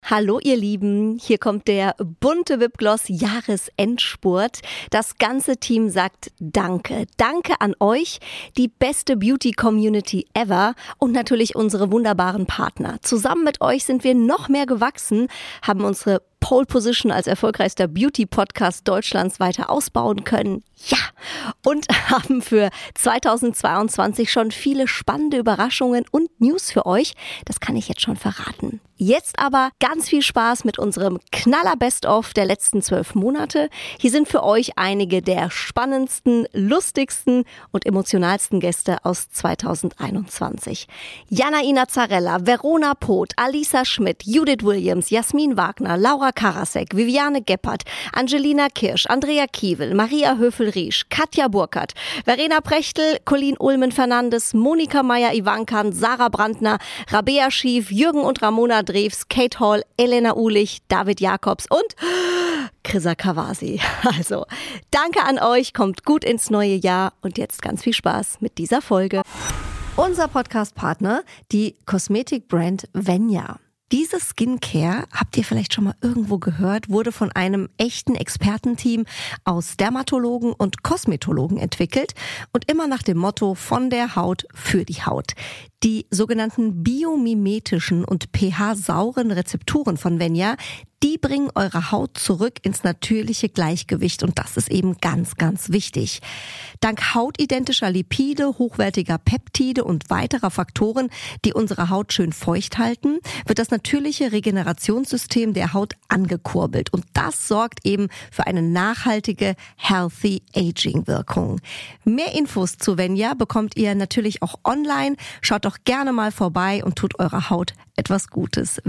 Hallo ihr Lieben, hier kommt der bunte Wipgloss Jahresendspurt. Das ganze Team sagt Danke. Danke an euch, die beste Beauty-Community ever und natürlich unsere wunderbaren Partner. Zusammen mit euch sind wir noch mehr gewachsen, haben unsere Pole Position als erfolgreichster Beauty-Podcast Deutschlands weiter ausbauen können. Ja, und haben für 2022 schon viele spannende Überraschungen und News für euch. Das kann ich jetzt schon verraten. Jetzt aber ganz viel Spaß mit unserem Knaller Best-of der letzten 12 Monate. Hier sind für euch einige der spannendsten, lustigsten und emotionalsten Gäste aus 2021. Jana-Ina Zarella, Verona Poth, Alisa Schmidt, Judith Williams, Jasmin Wagner, Laura Karasek, Viviane Geppert, Angelina Kirsch, Andrea Kiewel, Maria Höfel-Riesch, Katja Burkhardt, Verena Prechtl, Colleen Ullmann-Fernandes, Monika Meyer-Ivankan, Sarah Brandner, Rabea Schief, Jürgen und Ramona Drews, Kate Hall, Elena Uhlich, David Jakobs und Chrissa Kawasi. Also, danke an euch, kommt gut ins neue Jahr und jetzt ganz viel Spaß mit dieser Folge. Unser Podcast-Partner, die Kosmetikbrand Venya. Diese Skincare, habt ihr vielleicht schon mal irgendwo gehört, wurde von einem echten Expertenteam aus Dermatologen und Kosmetologen entwickelt und immer nach dem Motto von der Haut für die Haut. Die sogenannten biomimetischen und pH-sauren Rezepturen von Venya, die bringen eure Haut zurück ins natürliche Gleichgewicht und das ist eben ganz, ganz wichtig. Dank hautidentischer Lipide, hochwertiger Peptide und weiterer Faktoren, die unsere Haut schön feucht halten, wird das natürliche Regenerationssystem der Haut angekurbelt und das sorgt eben für eine nachhaltige Healthy Aging Wirkung. Mehr Infos zu Venya bekommt ihr natürlich auch online. Schaut doch gerne mal vorbei und tut eurer Haut etwas Gutes.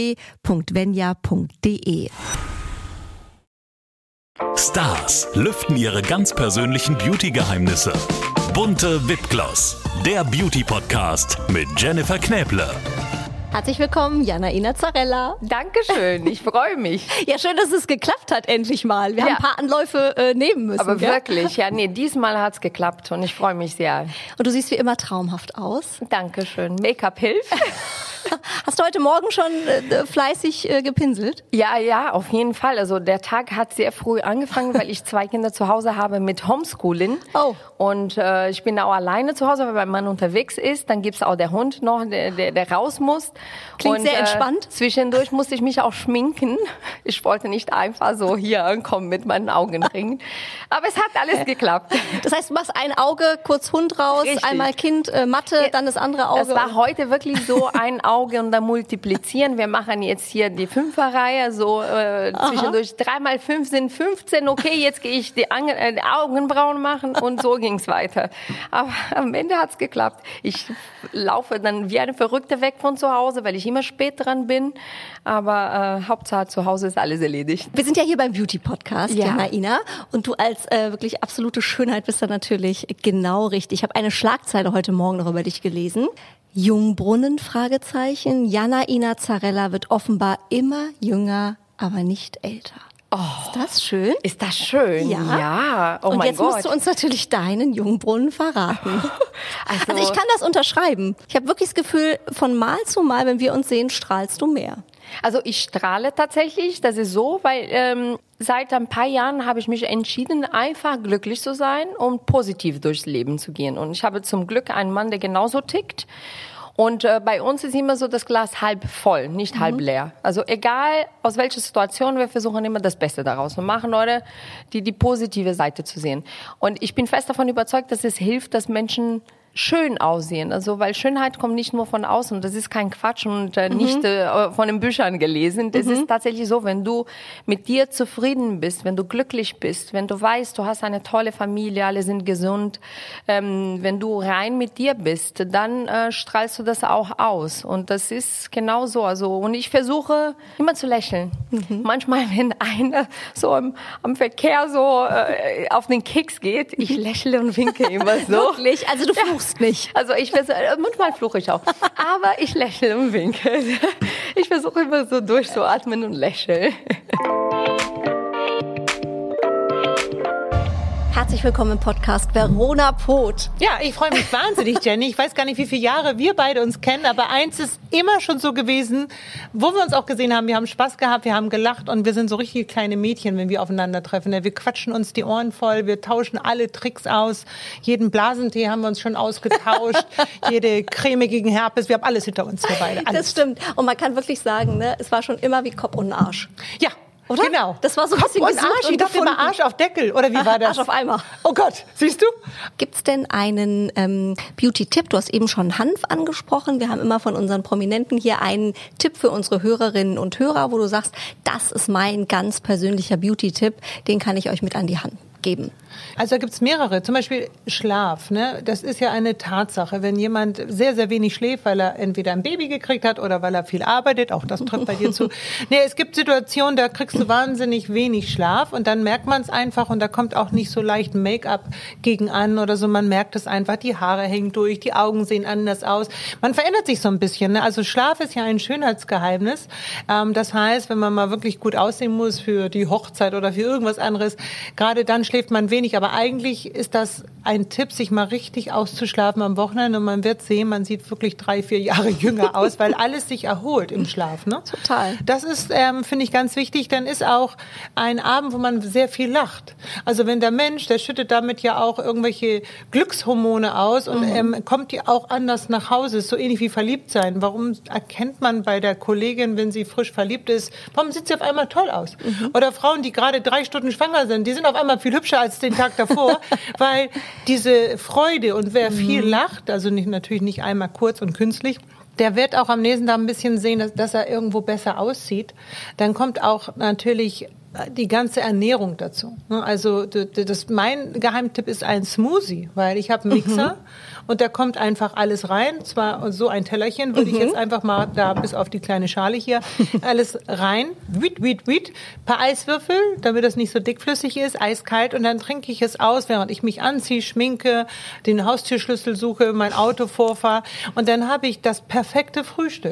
www.venya.de. Stars lüften ihre ganz persönlichen Beauty-Geheimnisse. Bunte Wipgloss, der Beauty-Podcast mit Jennifer Knäble. Herzlich willkommen, Jana-Ina Zarella. Dankeschön, ich freue mich. Ja, schön, dass es geklappt hat, endlich mal. Wir haben ein paar Anläufe nehmen müssen. Aber gell? wirklich, diesmal hat's geklappt und ich freue mich sehr. Und du siehst wie immer traumhaft aus. Dankeschön. Make-up hilft. Hast du heute Morgen schon fleißig gepinselt? Ja, auf jeden Fall. Also der Tag hat sehr früh angefangen, weil ich 2 Kinder zu Hause habe mit Homeschooling. Oh. Und ich bin auch alleine zu Hause, weil mein Mann unterwegs ist. Dann gibt's auch der Hund noch, der raus muss. Klingt und, sehr entspannt. Zwischendurch musste ich mich auch schminken. Ich wollte nicht einfach so hier ankommen mit meinen Augenringen. Aber es hat alles geklappt. Das heißt, du machst ein Auge, kurz Hund raus, Richtig. Einmal Kind, Mathe, dann das andere Auge. Das war heute wirklich so ein Auge und dann multiplizieren. Wir machen jetzt hier die 5er-Reihe, so zwischendurch 3 mal 5 sind 15. Okay, jetzt gehe ich die Augenbrauen machen und so ging's weiter. Aber am Ende hat's geklappt. Ich laufe dann wie eine Verrückte weg von zu Hause, weil ich immer spät dran bin. Aber Hauptsache zu Hause ist alles erledigt. Wir sind ja hier beim Beauty-Podcast, Ja. Jana-Ina. Und du als wirklich absolute Schönheit bist da natürlich genau richtig. Ich habe eine Schlagzeile heute Morgen noch über dich gelesen. Jungbrunnen, Fragezeichen. Jana-Ina Zarella wird offenbar immer jünger, aber nicht älter. Oh, Ist das schön? ist das schön? Ja. Oh und mein jetzt Gott. musst du uns natürlich deinen Jungbrunnen verraten. Also ich kann das unterschreiben. Ich habe wirklich das Gefühl, von Mal zu Mal, wenn wir uns sehen, strahlst du mehr. Also ich strahle tatsächlich, das ist so, weil seit ein paar Jahren habe ich mich entschieden, einfach glücklich zu sein und positiv durchs Leben zu gehen. Und ich habe zum Glück einen Mann, der genauso tickt. Und bei uns ist immer so das Glas halb voll, nicht halb leer. Also egal aus welcher Situation, wir versuchen immer das Beste daraus zu machen, Leute, die positive Seite zu sehen. Und ich bin fest davon überzeugt, dass es hilft, dass Menschen schön aussehen. Also, weil Schönheit kommt nicht nur von außen. Das ist kein Quatsch und nicht von den Büchern gelesen. Das ist tatsächlich so, wenn du mit dir zufrieden bist, wenn du glücklich bist, wenn du weißt, du hast eine tolle Familie, alle sind gesund, wenn du rein mit dir bist, dann strahlst du das auch aus. Und das ist genau so. Also, und ich versuche immer zu lächeln. Manchmal, wenn einer so am Verkehr so auf den Keks geht, ich lächle und winke immer so. Wirklich? Also du fluchst nicht. Also manchmal fluche ich auch, aber ich lächle und winke. Ich versuche immer so durchzuatmen und lächeln. Herzlich willkommen im Podcast Verona Poth. Ja, ich freue mich wahnsinnig, Jenny. Ich weiß gar nicht, wie viele Jahre wir beide uns kennen, aber eins ist immer schon so gewesen, wo wir uns auch gesehen haben, wir haben Spaß gehabt, wir haben gelacht und wir sind so richtig kleine Mädchen, wenn wir aufeinandertreffen. Wir quatschen uns die Ohren voll, wir tauschen alle Tricks aus. Jeden Blasentee haben wir uns schon ausgetauscht, jede Creme gegen Herpes, wir haben alles hinter uns, wir beide. Alles. Das stimmt. Und man kann wirklich sagen, ne, es war schon immer wie Kopf und Arsch. Ja. Oder? Genau. Das war so ein Kopf bisschen und gesucht Arsch. Ich dachte immer Arsch auf Deckel. Oder wie war das? Arsch auf Eimer. Oh Gott, siehst du? Gibt's denn einen Beauty-Tipp? Du hast eben schon Hanf angesprochen. Wir haben immer von unseren Prominenten hier einen Tipp für unsere Hörerinnen und Hörer, wo du sagst, das ist mein ganz persönlicher Beauty-Tipp. Den kann ich euch mit an die Hand geben. Also da gibt's mehrere. Zum Beispiel Schlaf. Ne? Das ist ja eine Tatsache. Wenn jemand sehr, sehr wenig schläft, weil er entweder ein Baby gekriegt hat oder weil er viel arbeitet, auch das trifft bei dir zu. Nee, es gibt Situationen, da kriegst du wahnsinnig wenig Schlaf und dann merkt man es einfach und da kommt auch nicht so leicht Make-up gegen an oder so. Man merkt es einfach, die Haare hängen durch, die Augen sehen anders aus. Man verändert sich so ein bisschen. Ne? Also Schlaf ist ja ein Schönheitsgeheimnis. Das heißt, wenn man mal wirklich gut aussehen muss für die Hochzeit oder für irgendwas anderes, gerade dann schläft man wenig. Aber eigentlich ist das ein Tipp, sich mal richtig auszuschlafen am Wochenende und man wird sehen, man sieht wirklich 3-4 Jahre jünger aus, weil alles sich erholt im Schlaf. Ne? Total. Das ist, finde ich, ganz wichtig. Dann ist auch ein Abend, wo man sehr viel lacht. Also wenn der Mensch, der schüttet damit ja auch irgendwelche Glückshormone aus und kommt ja auch anders nach Hause. Ist so ähnlich wie verliebt sein. Warum erkennt man bei der Kollegin, wenn sie frisch verliebt ist, warum sieht sie auf einmal toll aus? Oder Frauen, die gerade 3 Stunden schwanger sind, die sind auf einmal viel hübscher als den Tag davor, weil diese Freude und wer viel lacht, also natürlich nicht einmal kurz und künstlich, der wird auch am nächsten Tag ein bisschen sehen, dass er irgendwo besser aussieht. Dann kommt auch natürlich die ganze Ernährung dazu. Also mein Geheimtipp ist ein Smoothie, weil ich habe einen Mixer und da kommt einfach alles rein. Zwar so ein Tellerchen würde ich jetzt einfach mal da bis auf die kleine Schale hier alles rein. Paar Eiswürfel, damit das nicht so dickflüssig ist, eiskalt und dann trinke ich es aus, während ich mich anziehe, schminke, den Haustürschlüssel suche, mein Auto vorfahre und dann habe ich das perfekte Frühstück.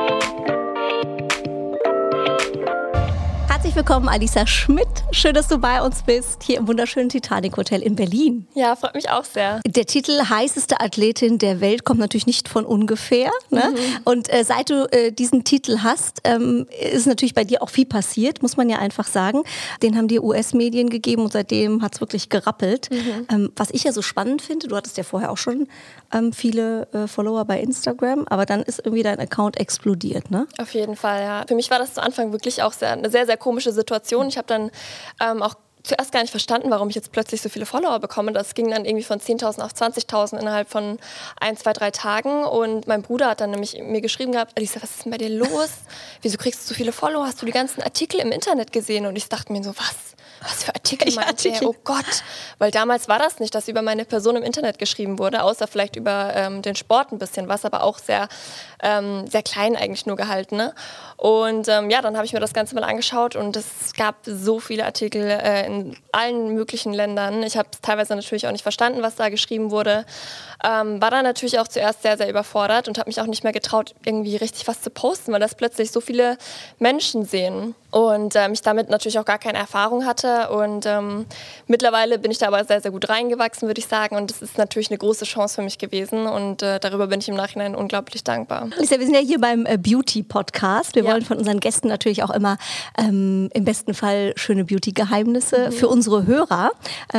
Herzlich willkommen, Alisa Schmidt. Schön, dass du bei uns bist, hier im wunderschönen Titanic Hotel in Berlin. Ja, freut mich auch sehr. Der Titel heißeste Athletin der Welt kommt natürlich nicht von ungefähr. Ne? Und seit du diesen Titel hast, ist natürlich bei dir auch viel passiert, muss man ja einfach sagen. Den haben dir US-Medien gegeben und seitdem hat es wirklich gerappelt. Was ich ja so spannend finde, du hattest ja vorher auch schon viele Follower bei Instagram, aber dann ist irgendwie dein Account explodiert, ne? Auf jeden Fall, ja. Für mich war das zu Anfang wirklich auch eine sehr, sehr komische Situation. Ich habe dann auch zuerst gar nicht verstanden, warum ich jetzt plötzlich so viele Follower bekomme. Das ging dann irgendwie von 10.000 auf 20.000 innerhalb von 1, 2, 3 Tagen. Und mein Bruder hat dann nämlich mir geschrieben gehabt, Alisa, was ist denn bei dir los? Wieso kriegst du so viele Follower? Hast du die ganzen Artikel im Internet gesehen? Und ich dachte mir so, was für Artikel? Oh Gott. Weil damals war das nicht, dass über meine Person im Internet geschrieben wurde, außer vielleicht über den Sport ein bisschen was, aber auch sehr, sehr klein eigentlich nur gehalten. Ne? Und dann habe ich mir das Ganze mal angeschaut und es gab so viele Artikel in allen möglichen Ländern. Ich habe es teilweise natürlich auch nicht verstanden, was da geschrieben wurde. War dann natürlich auch zuerst sehr, sehr überfordert und habe mich auch nicht mehr getraut, irgendwie richtig was zu posten, weil das plötzlich so viele Menschen sehen. Und ich damit natürlich auch gar keine Erfahrung hatte. Und mittlerweile bin ich da aber sehr, sehr gut reingewachsen, würde ich sagen. Und das ist natürlich eine große Chance für mich gewesen. Und darüber bin ich im Nachhinein unglaublich dankbar. Lisa, wir sind ja hier beim Beauty-Podcast. Wir wollen von unseren Gästen natürlich auch immer im besten Fall schöne Beauty-Geheimnisse für unsere Hörer.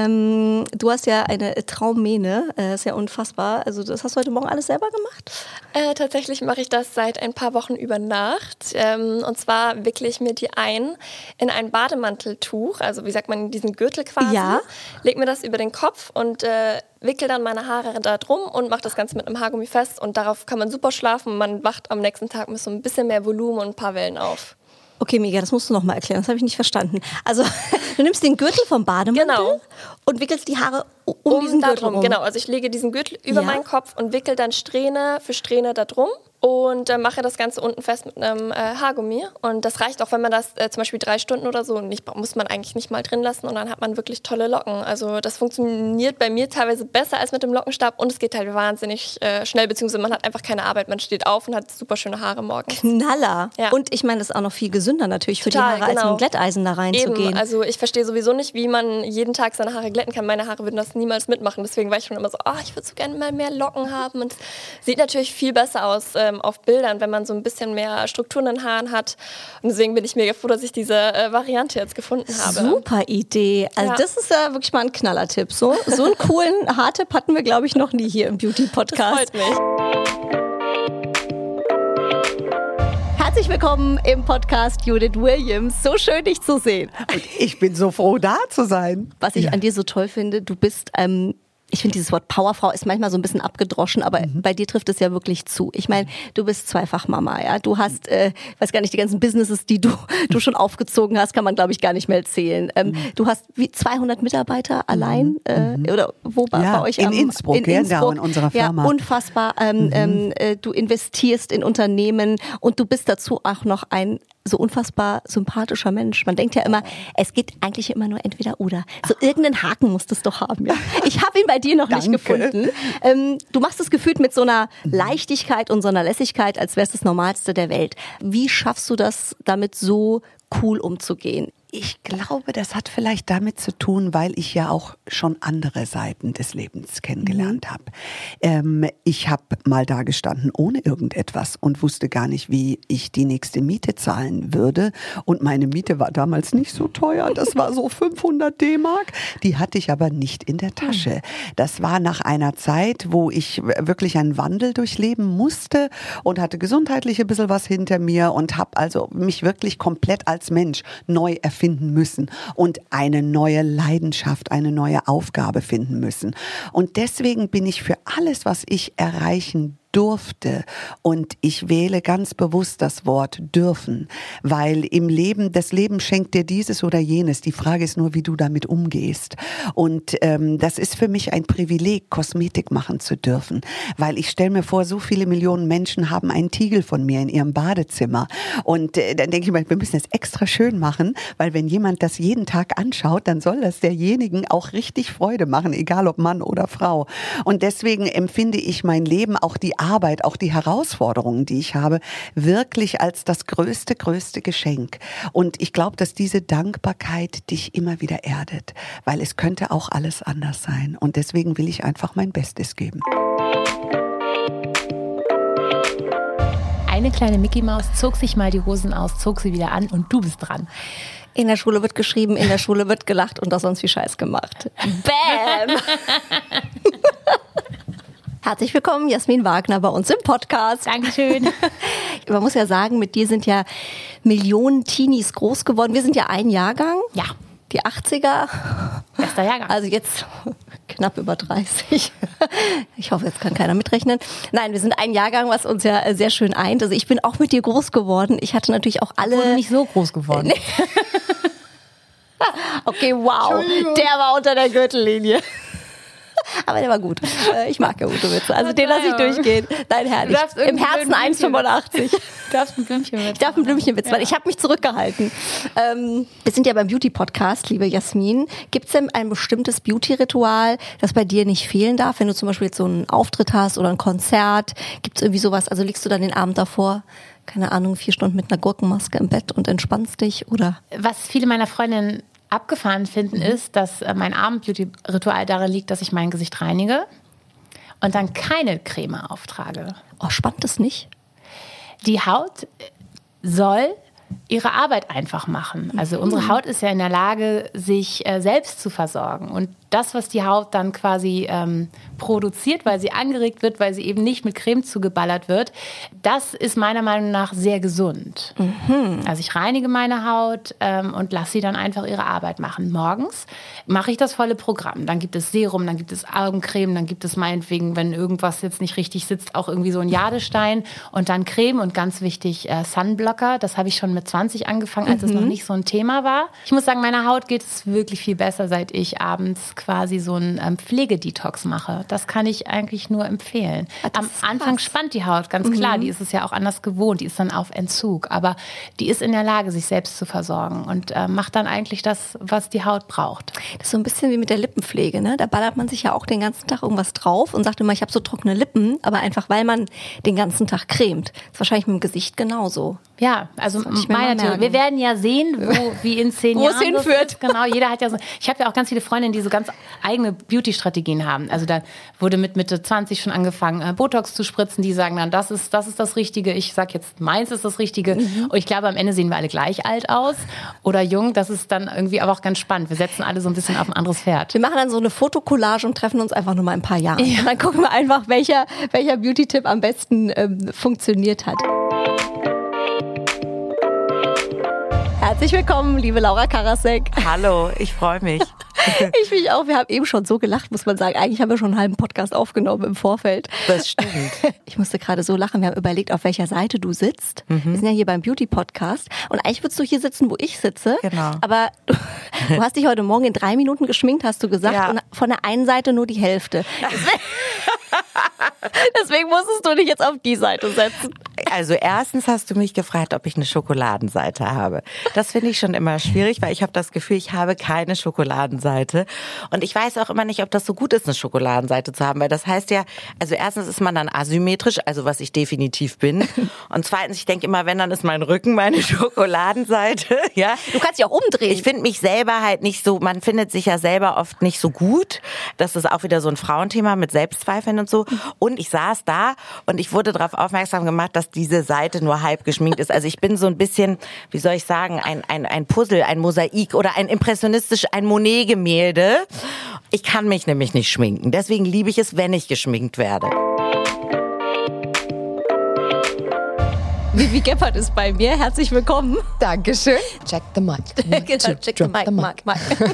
Du hast ja eine Traummähne, ist ja unfassbar. Also das hast du heute Morgen alles selber gemacht? Tatsächlich mache ich das seit ein paar Wochen über Nacht. Und zwar wickle ich mir die ein in ein Bademanteltuch, also wie sagt man, in diesen Gürtel quasi. Ja. Leg mir das über den Kopf und wickel dann meine Haare da drum und mache das Ganze mit einem Haargummi fest. Und darauf kann man super schlafen. Man wacht am nächsten Tag mit so ein bisschen mehr Volumen und ein paar Wellen auf. Okay, Mega, das musst du noch mal erklären. Das habe ich nicht verstanden. Also du nimmst den Gürtel vom Bademantel und wickelst die Haare um diesen Gürtel rum. Genau, also ich lege diesen Gürtel über meinen Kopf und wickel dann Strähne für Strähne da drum. und mache das Ganze unten fest mit einem Haargummi. Und das reicht auch, wenn man das zum Beispiel 3 Stunden oder so, muss man eigentlich nicht mal drin lassen und dann hat man wirklich tolle Locken. Also das funktioniert bei mir teilweise besser als mit dem Lockenstab und es geht halt wahnsinnig schnell, beziehungsweise man hat einfach keine Arbeit. Man steht auf und hat super schöne Haare morgens. Knaller. Ja. Und ich meine, das ist auch noch viel gesünder natürlich für Total, die Haare, als mit dem Glätteisen da reinzugehen. Eben, also ich verstehe sowieso nicht, wie man jeden Tag seine Haare glätten kann. Meine Haare würden das niemals mitmachen. Deswegen war ich schon immer so, ich würde so gerne mal mehr Locken haben. Und es sieht natürlich viel besser aus auf Bildern, wenn man so ein bisschen mehr Struktur in den Haaren hat. Und deswegen bin ich mega froh, dass ich diese Variante jetzt gefunden habe. Super Idee. Also das ist ja wirklich mal ein Knallertipp. So einen coolen Haartipp hatten wir, glaube ich, noch nie hier im Beauty-Podcast. Das freut mich. Herzlich willkommen im Podcast, Judith Williams. So schön, dich zu sehen. Und ich bin so froh, da zu sein. Was ich an dir so toll finde, du bist... ich finde, dieses Wort Powerfrau ist manchmal so ein bisschen abgedroschen, aber bei dir trifft es ja wirklich zu. Ich meine, du bist zweifach Mama, ja. Du hast, weiß gar nicht, die ganzen Businesses, die du schon aufgezogen hast, kann man, glaube ich, gar nicht mehr erzählen. Du hast wie 200 Mitarbeiter allein, oder wo bei euch? In Innsbruck, in unserer Firma. Ja, unfassbar. Du investierst in Unternehmen und du bist dazu auch noch ein so unfassbar sympathischer Mensch. Man denkt ja immer, es geht eigentlich immer nur entweder oder. So irgendeinen Haken musst es doch haben. Ja? Ich habe ihn bei dir noch nicht gefunden. Du machst es gefühlt mit so einer Leichtigkeit und so einer Lässigkeit, als wäre es das Normalste der Welt. Wie schaffst du das, damit so cool umzugehen? Ich glaube, das hat vielleicht damit zu tun, weil ich ja auch schon andere Seiten des Lebens kennengelernt habe. Ich habe mal da gestanden ohne irgendetwas und wusste gar nicht, wie ich die nächste Miete zahlen würde. Und meine Miete war damals nicht so teuer. Das war so 500 D-Mark. Die hatte ich aber nicht in der Tasche. Das war nach einer Zeit, wo ich wirklich einen Wandel durchleben musste und hatte gesundheitlich ein bisschen was hinter mir und habe also mich wirklich komplett als Mensch neu erfinden müssen und eine neue Leidenschaft, eine neue Aufgabe finden müssen. Und deswegen bin ich für alles, was ich erreichen durfte, und ich wähle ganz bewusst das Wort dürfen, weil im Leben, das Leben schenkt dir dieses oder jenes. Die Frage ist nur, wie du damit umgehst. Und das ist für mich ein Privileg, Kosmetik machen zu dürfen, weil ich stelle mir vor, so viele Millionen Menschen haben einen Tiegel von mir in ihrem Badezimmer. Und dann denke ich mir, wir müssen es extra schön machen, weil wenn jemand das jeden Tag anschaut, dann soll das derjenigen auch richtig Freude machen, egal ob Mann oder Frau. Und deswegen empfinde ich mein Leben, auch die Arbeit, auch die Herausforderungen, die ich habe, wirklich als das größte Geschenk. Und ich glaube, dass diese Dankbarkeit dich immer wieder erdet, weil es könnte auch alles anders sein. Und deswegen will ich einfach mein Bestes geben. Eine kleine Mickey Maus zog sich mal die Hosen aus, zog sie wieder an und du bist dran. In der Schule wird geschrieben, in der Schule wird gelacht und auch sonst wie Scheiß gemacht. Bam! Herzlich willkommen, Jasmin Wagner, bei uns im Podcast. Dankeschön. Man muss ja sagen, mit dir sind ja Millionen Teenies groß geworden. Wir sind ja ein Jahrgang. Ja. Die 80er. Bester Jahrgang. Also jetzt knapp über 30. Ich hoffe, jetzt kann keiner mitrechnen. Nein, wir sind ein Jahrgang, was uns ja sehr schön eint. Also ich bin auch mit dir groß geworden. Ich hatte natürlich auch alle... Wurde nicht so groß geworden. Nee. Okay, wow. Der war unter der Gürtellinie. Aber der war gut. Ich mag ja gute Witze. Also den lasse ich durchgehen. Nein, herrlich. Im Herzen 1,85. Du darfst ein Blümchenwitz. Ich darf ein Blümchenwitz, weil ich habe mich zurückgehalten. Wir sind ja beim Beauty-Podcast, liebe Jasmin. Gibt es denn ein bestimmtes Beauty-Ritual, das bei dir nicht fehlen darf? Wenn du zum Beispiel jetzt so einen Auftritt hast oder ein Konzert, gibt es irgendwie sowas? Also liegst du dann den Abend davor, keine Ahnung, 4 Stunden mit einer Gurkenmaske im Bett und entspannst dich? Oder? Was viele meiner Freundinnen abgefahren finden, ist, dass mein Abend-Beauty-Ritual darin liegt, dass ich mein Gesicht reinige und dann keine Creme auftrage. Oh, spannt das nicht? Die Haut soll ihre Arbeit einfach machen. Also unsere Haut ist ja in der Lage, sich selbst zu versorgen. Und das, was die Haut dann quasi produziert, weil sie angeregt wird, weil sie eben nicht mit Creme zugeballert wird, das ist meiner Meinung nach sehr gesund. Also ich reinige meine Haut und lasse sie dann einfach ihre Arbeit machen. Morgens mache ich das volle Programm. Dann gibt es Serum, dann gibt es Augencreme, dann gibt es meinetwegen, wenn irgendwas jetzt nicht richtig sitzt, auch irgendwie so ein Jadestein und dann Creme und ganz wichtig Sunblocker. Das habe ich schon mit 20 angefangen, als es noch nicht so ein Thema war. Ich muss sagen, meiner Haut geht es wirklich viel besser, seit ich abends quasi so einen Pflegedetox mache. Das kann ich eigentlich nur empfehlen. Am Anfang spannt die Haut, ganz klar. Die ist es ja auch anders gewohnt. Die ist dann auf Entzug. Aber die ist in der Lage, sich selbst zu versorgen und macht dann eigentlich das, was die Haut braucht. Das ist so ein bisschen wie mit der Lippenpflege, ne? Da ballert man sich ja auch den ganzen Tag irgendwas drauf und sagt immer, ich habe so trockene Lippen, aber einfach, weil man den ganzen Tag cremt. Das ist wahrscheinlich mit dem Gesicht genauso. Ja, also meine Theorie. Wir werden ja sehen, wie in 10 Jahren es hinführt. Genau, jeder hat ja so. Ich habe ja auch ganz viele Freundinnen, die so ganz eigene Beauty-Strategien haben. Also da wurde mit Mitte 20 schon angefangen, Botox zu spritzen. Die sagen dann, das ist das Richtige. Ich sag jetzt, meins ist das Richtige. Und ich glaube, am Ende sehen wir alle gleich alt aus oder jung. Das ist dann irgendwie aber auch ganz spannend. Wir setzen alle so ein bisschen auf ein anderes Pferd. Wir machen dann so eine Fotokollage und treffen uns einfach nur mal in ein paar Jahren. Ja. Und dann gucken wir einfach, welcher Beauty-Tipp am besten funktioniert hat. Herzlich willkommen, liebe Laura Karasek. Hallo, ich freue mich. Ich mich auch. Wir haben eben schon so gelacht, muss man sagen. Eigentlich haben wir schon einen halben Podcast aufgenommen im Vorfeld. Das stimmt. Ich musste gerade so lachen. Wir haben überlegt, auf welcher Seite du sitzt. Wir sind ja hier beim Beauty-Podcast. Und eigentlich würdest du hier sitzen, wo ich sitze. Genau. Aber du hast dich heute Morgen in 3 Minuten geschminkt, hast du gesagt. Ja. Und von der einen Seite nur die Hälfte. Deswegen musstest du dich jetzt auf die Seite setzen. Also erstens hast du mich gefragt, ob ich eine Schokoladenseite habe. Das finde ich schon immer schwierig, weil ich habe das Gefühl, ich habe keine Schokoladenseite. Und ich weiß auch immer nicht, ob das so gut ist, eine Schokoladenseite zu haben, weil das heißt ja, also erstens ist man dann asymmetrisch, also was ich definitiv bin. Und zweitens, ich denke immer, wenn, dann ist mein Rücken meine Schokoladenseite. Ja. Du kannst dich auch umdrehen. Ich finde mich selber halt nicht so, man findet sich ja selber oft nicht so gut. Das ist auch wieder so ein Frauenthema mit Selbstzweifeln und so. Und ich saß da und ich wurde darauf aufmerksam gemacht, dass diese Seite nur halb geschminkt ist. Also ich bin so ein bisschen, wie soll ich sagen, ein Puzzle, ein Mosaik oder ein Monet-Gemälde. Ich kann mich nämlich nicht schminken. Deswegen liebe ich es, wenn ich geschminkt werde. Vivi Gebhardt ist bei mir. Herzlich willkommen. Dankeschön. Check the mic. Genau, check the mic.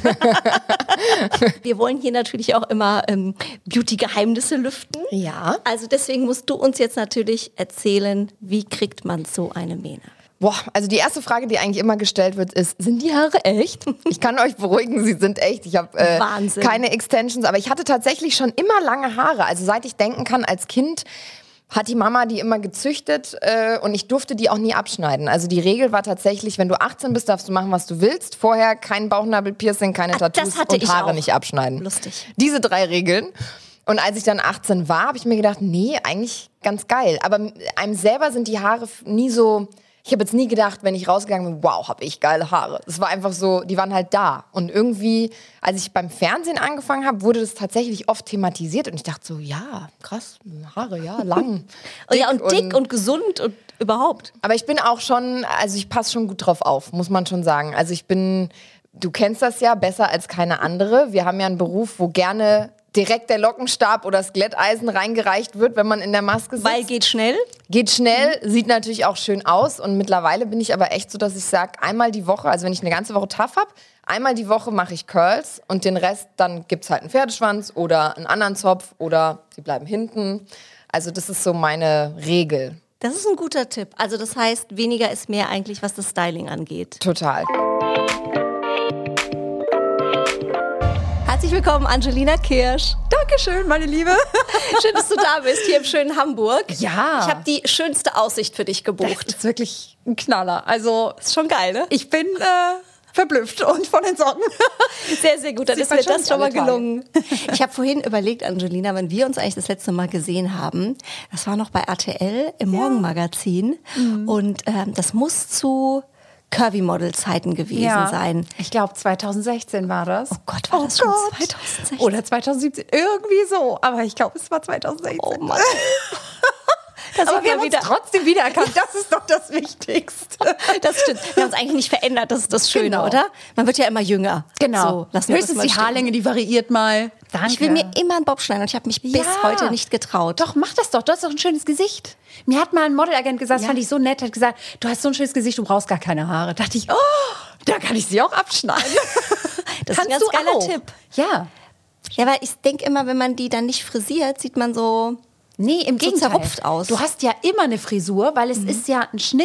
Wir wollen hier natürlich auch immer Beauty-Geheimnisse lüften. Ja. Also deswegen musst du uns jetzt natürlich erzählen, wie kriegt man so eine Mähne? Boah, also die erste Frage, die eigentlich immer gestellt wird, ist, sind die Haare echt? Ich kann euch beruhigen, sie sind echt. Ich habe keine Extensions, aber ich hatte tatsächlich schon immer lange Haare. Also seit ich denken kann, als Kind hat die Mama die immer gezüchtet und ich durfte die auch nie abschneiden. Also die Regel war tatsächlich, wenn du 18 bist, darfst du machen, was du willst. Vorher kein Bauchnabelpiercing, keine Tattoos und Haare nicht abschneiden. Lustig. Diese 3 Regeln. Und als ich dann 18 war, habe ich mir gedacht, nee, eigentlich ganz geil. Aber einem selber sind die Haare nie so... Ich habe jetzt nie gedacht, wenn ich rausgegangen bin, wow, habe ich geile Haare. Es war einfach so, die waren halt da. Und irgendwie, als ich beim Fernsehen angefangen habe, wurde das tatsächlich oft thematisiert. Und ich dachte so, ja, krass, Haare, ja, lang. dick und gesund und überhaupt. Aber ich bin auch schon, also ich passe schon gut drauf auf, muss man schon sagen. Also du kennst das ja besser als keine andere. Wir haben ja einen Beruf, wo gerne direkt der Lockenstab oder das Glätteisen reingereicht wird, wenn man in der Maske sitzt. Weil geht schnell? Geht schnell, sieht natürlich auch schön aus. Und mittlerweile bin ich aber echt so, dass ich sage, einmal die Woche, also wenn ich eine ganze Woche Tough habe, einmal die Woche mache ich Curls und den Rest, dann gibt's halt einen Pferdeschwanz oder einen anderen Zopf oder sie bleiben hinten. Also das ist so meine Regel. Das ist ein guter Tipp. Also das heißt, weniger ist mehr eigentlich, was das Styling angeht. Total. Herzlich willkommen, Angelina Kirsch. Dankeschön, meine Liebe. Schön, dass du da bist, hier im schönen Hamburg. Ja. Ich habe die schönste Aussicht für dich gebucht. Das ist wirklich ein Knaller. Also, ist schon geil, ne? Ich bin verblüfft und von den Socken. Sehr, sehr gut. Dann ist mir das schon mal gelungen. Ich habe vorhin überlegt, Angelina, wenn wir uns eigentlich das letzte Mal gesehen haben, das war noch bei RTL im Morgenmagazin. Und das muss zu Curvy-Model-Zeiten gewesen sein. Ich glaube, 2016 war das. Oh Gott, war das schon 2016? Oder 2017, irgendwie so. Aber ich glaube, es war 2016. Oh Mann. Aber wir haben uns trotzdem wiedererkannt. Das ist doch das Wichtigste. Das stimmt. Wir haben uns eigentlich nicht verändert. Das ist das Schöne, oder? Man wird ja immer jünger. Genau. So, höchstens die Haarlänge, die variiert mal. Danke. Ich will mir immer einen Bob schneiden und ich habe mich bis heute nicht getraut. Doch, mach das doch. Du hast doch ein schönes Gesicht. Mir hat mal ein Modelagent gesagt, das fand ich so nett, hat gesagt, du hast so ein schönes Gesicht, du brauchst gar keine Haare. Da dachte ich, da kann ich sie auch abschneiden. Das ist ein ganz geiler Tipp. Ja. Ja, weil ich denke immer, wenn man die dann nicht frisiert, sieht man so... Nee, im Gegenteil. Zerrupft aus. Du hast ja immer eine Frisur, weil es ist ja ein Schnitt.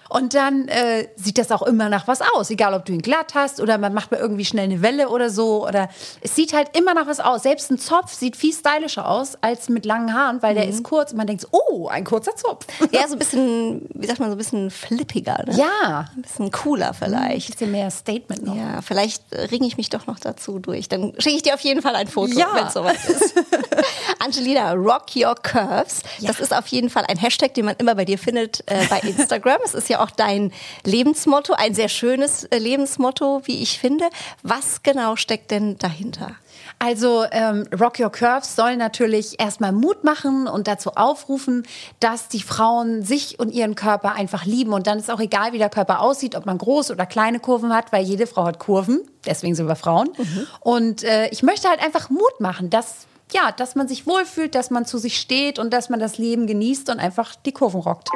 Und dann sieht das auch immer nach was aus. Egal, ob du ihn glatt hast oder man macht mal irgendwie schnell eine Welle oder so. Oder es sieht halt immer nach was aus. Selbst ein Zopf sieht viel stylischer aus als mit langen Haaren, weil der ist kurz und man denkt so, oh, ein kurzer Zopf. Ja, so ein bisschen, wie sagt man, so ein bisschen flippiger. Ne? Ja. Ein bisschen cooler vielleicht. Ein bisschen mehr Statement noch. Ja, vielleicht ringe ich mich doch noch dazu durch. Dann schicke ich dir auf jeden Fall ein Foto, wenn es soweit ist. Angelina, Rock Your Curves. Ja. Das ist auf jeden Fall ein Hashtag, den man immer bei dir findet bei Instagram. Es ist ja auch dein Lebensmotto, ein sehr schönes Lebensmotto, wie ich finde. Was genau steckt denn dahinter? Also Rock Your Curves soll natürlich erstmal Mut machen und dazu aufrufen, dass die Frauen sich und ihren Körper einfach lieben. Und dann ist auch egal, wie der Körper aussieht, ob man große oder kleine Kurven hat, weil jede Frau hat Kurven. Deswegen sind wir Frauen. Und ich möchte halt einfach Mut machen, dass man sich wohlfühlt, dass man zu sich steht und dass man das Leben genießt und einfach die Kurven rockt.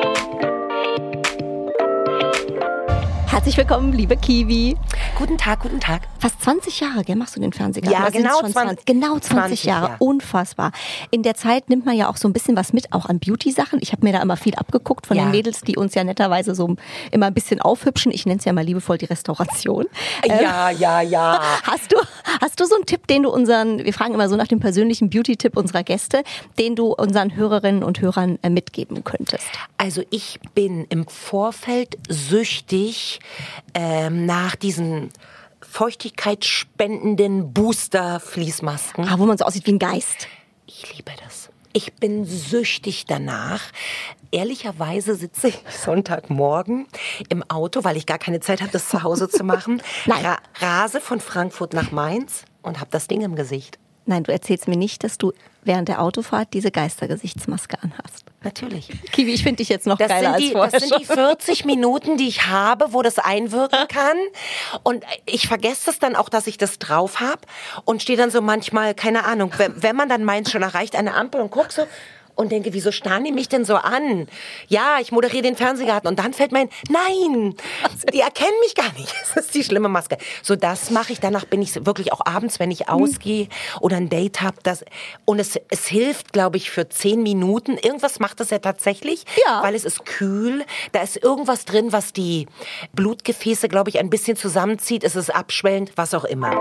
Herzlich willkommen, liebe Kiwi. Guten Tag, guten Tag. Fast 20 Jahre, gell, machst du den Fernsehgarten? Ja, genau 20 Jahre. Ja. Unfassbar. In der Zeit nimmt man ja auch so ein bisschen was mit, auch an Beauty-Sachen. Ich habe mir da immer viel abgeguckt von den Mädels, die uns ja netterweise so immer ein bisschen aufhübschen. Ich nenne es ja mal liebevoll die Restauration. Ja. Hast du so einen Tipp, den du wir fragen immer so nach dem persönlichen Beauty-Tipp unserer Gäste, den du unseren Hörerinnen und Hörern mitgeben könntest? Also ich bin im Vorfeld süchtig nach diesen feuchtigkeitsspendenden Booster-Fließmasken. Wo man so aussieht wie ein Geist. Ich liebe das. Ich bin süchtig danach. Ehrlicherweise sitze ich Sonntagmorgen im Auto, weil ich gar keine Zeit habe, das zu Hause zu machen. Rase von Frankfurt nach Mainz und habe das Ding im Gesicht. Nein, du erzählst mir nicht, dass du während der Autofahrt diese Geistergesichtsmaske anhast. Natürlich. Kiwi, ich finde dich jetzt noch geiler als vorher. Das sind die 40 Minuten, die ich habe, wo das einwirken kann. Und ich vergesse das dann auch, dass ich das drauf habe. Und stehe dann so manchmal, keine Ahnung, wenn man dann Mainz schon erreicht, an der Ampel und guck so und denke, wieso starren die mich denn so an? Ja, ich moderiere den Fernsehgarten. Und dann fällt mir ein, nein, die erkennen mich gar nicht. Das ist die schlimme Maske. So, das mache ich. Danach bin ich wirklich auch abends, wenn ich ausgehe oder ein Date habe. Und es hilft, glaube ich, für 10 Minuten. Irgendwas macht das ja tatsächlich, weil es ist kühl. Da ist irgendwas drin, was die Blutgefäße, glaube ich, ein bisschen zusammenzieht. Es ist abschwellend, was auch immer.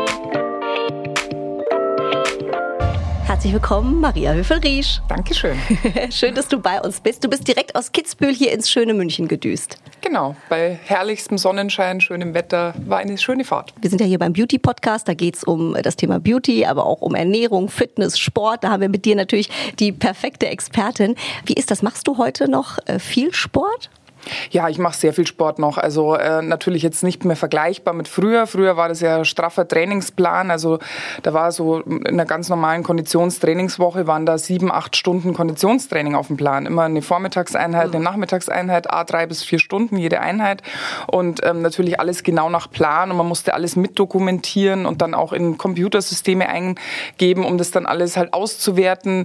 Herzlich willkommen, Maria Höfel-Riesch. Dankeschön. Schön, dass du bei uns bist. Du bist direkt aus Kitzbühel hier ins schöne München gedüst. Genau, bei herrlichstem Sonnenschein, schönem Wetter, war eine schöne Fahrt. Wir sind ja hier beim Beauty-Podcast, da geht es um das Thema Beauty, aber auch um Ernährung, Fitness, Sport. Da haben wir mit dir natürlich die perfekte Expertin. Wie ist das? Machst du heute noch viel Sport? Ja, ich mache sehr viel Sport noch. Also natürlich jetzt nicht mehr vergleichbar mit früher. Früher war das ja straffer Trainingsplan. Also da war so in einer ganz normalen Konditionstrainingswoche waren da 7-8 Stunden Konditionstraining auf dem Plan. Immer eine Vormittagseinheit, eine Nachmittagseinheit, 3 bis 4 Stunden jede Einheit. Und natürlich alles genau nach Plan. Und man musste alles mitdokumentieren und dann auch in Computersysteme eingeben, um das dann alles halt auszuwerten.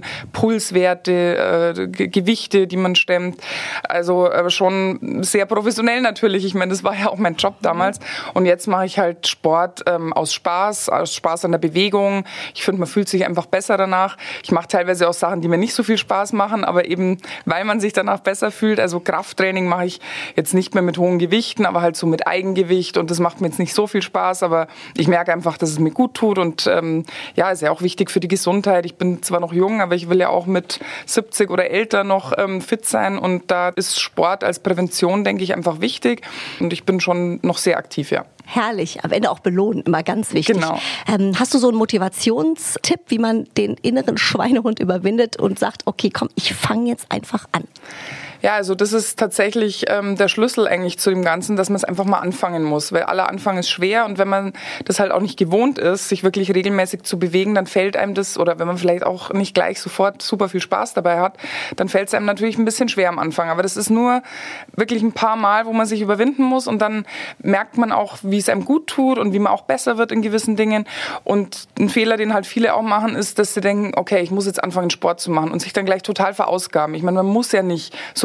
Pulswerte, Gewichte, die man stemmt. Also schon sehr professionell natürlich. Ich meine, das war ja auch mein Job damals. Und jetzt mache ich halt Sport aus Spaß an der Bewegung. Ich finde, man fühlt sich einfach besser danach. Ich mache teilweise auch Sachen, die mir nicht so viel Spaß machen, aber eben, weil man sich danach besser fühlt. Also Krafttraining mache ich jetzt nicht mehr mit hohen Gewichten, aber halt so mit Eigengewicht. Und das macht mir jetzt nicht so viel Spaß, aber ich merke einfach, dass es mir gut tut. Und ist ja auch wichtig für die Gesundheit. Ich bin zwar noch jung, aber ich will ja auch mit 70 oder älter noch fit sein. Und da ist Sport als Prävention, denke ich, einfach wichtig. Und ich bin schon noch sehr aktiv, ja. Herrlich, am Ende auch belohnen, immer ganz wichtig. Genau. Hast du so einen Motivationstipp, wie man den inneren Schweinehund überwindet und sagt, okay, komm, ich fange jetzt einfach an? Ja, also das ist tatsächlich der Schlüssel eigentlich zu dem Ganzen, dass man es einfach mal anfangen muss, weil aller Anfang ist schwer und wenn man das halt auch nicht gewohnt ist, sich wirklich regelmäßig zu bewegen, dann fällt einem das, oder wenn man vielleicht auch nicht gleich sofort super viel Spaß dabei hat, dann fällt es einem natürlich ein bisschen schwer am Anfang, aber das ist nur wirklich ein paar Mal, wo man sich überwinden muss und dann merkt man auch, wie es einem gut tut und wie man auch besser wird in gewissen Dingen und ein Fehler, den halt viele auch machen, ist, dass sie denken, okay, ich muss jetzt anfangen Sport zu machen und sich dann gleich total verausgaben. Ich meine, man muss ja nicht so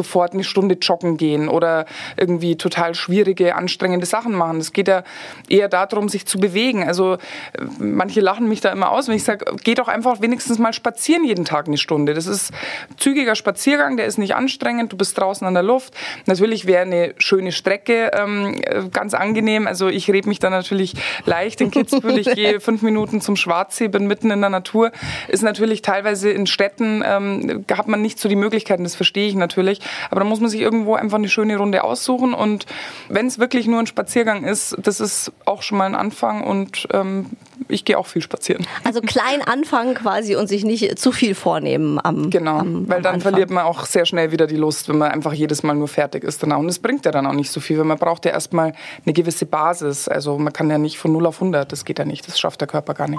sofort eine Stunde joggen gehen oder irgendwie total schwierige, anstrengende Sachen machen. Es geht ja eher darum, sich zu bewegen. Also manche lachen mich da immer aus, wenn ich sage, geh doch einfach wenigstens mal spazieren jeden Tag eine Stunde. Das ist zügiger Spaziergang, der ist nicht anstrengend, du bist draußen an der Luft. Natürlich wäre eine schöne Strecke ganz angenehm. Also ich rede mich da natürlich leicht in Kitzbühel. Ich gehe 5 Minuten zum Schwarzsee, bin mitten in der Natur. Ist natürlich teilweise in Städten, hat man nicht so die Möglichkeiten, das verstehe ich natürlich. Aber da muss man sich irgendwo einfach eine schöne Runde aussuchen. Und wenn es wirklich nur ein Spaziergang ist, das ist auch schon mal ein Anfang. Und ich gehe auch viel spazieren. Also klein anfangen quasi und sich nicht zu viel vornehmen weil dann verliert man auch sehr schnell wieder die Lust, wenn man einfach jedes Mal nur fertig ist danach. Und es bringt ja dann auch nicht so viel, weil man braucht ja erstmal eine gewisse Basis. Also man kann ja nicht von 0 auf 100, das geht ja nicht, das schafft der Körper gar nicht.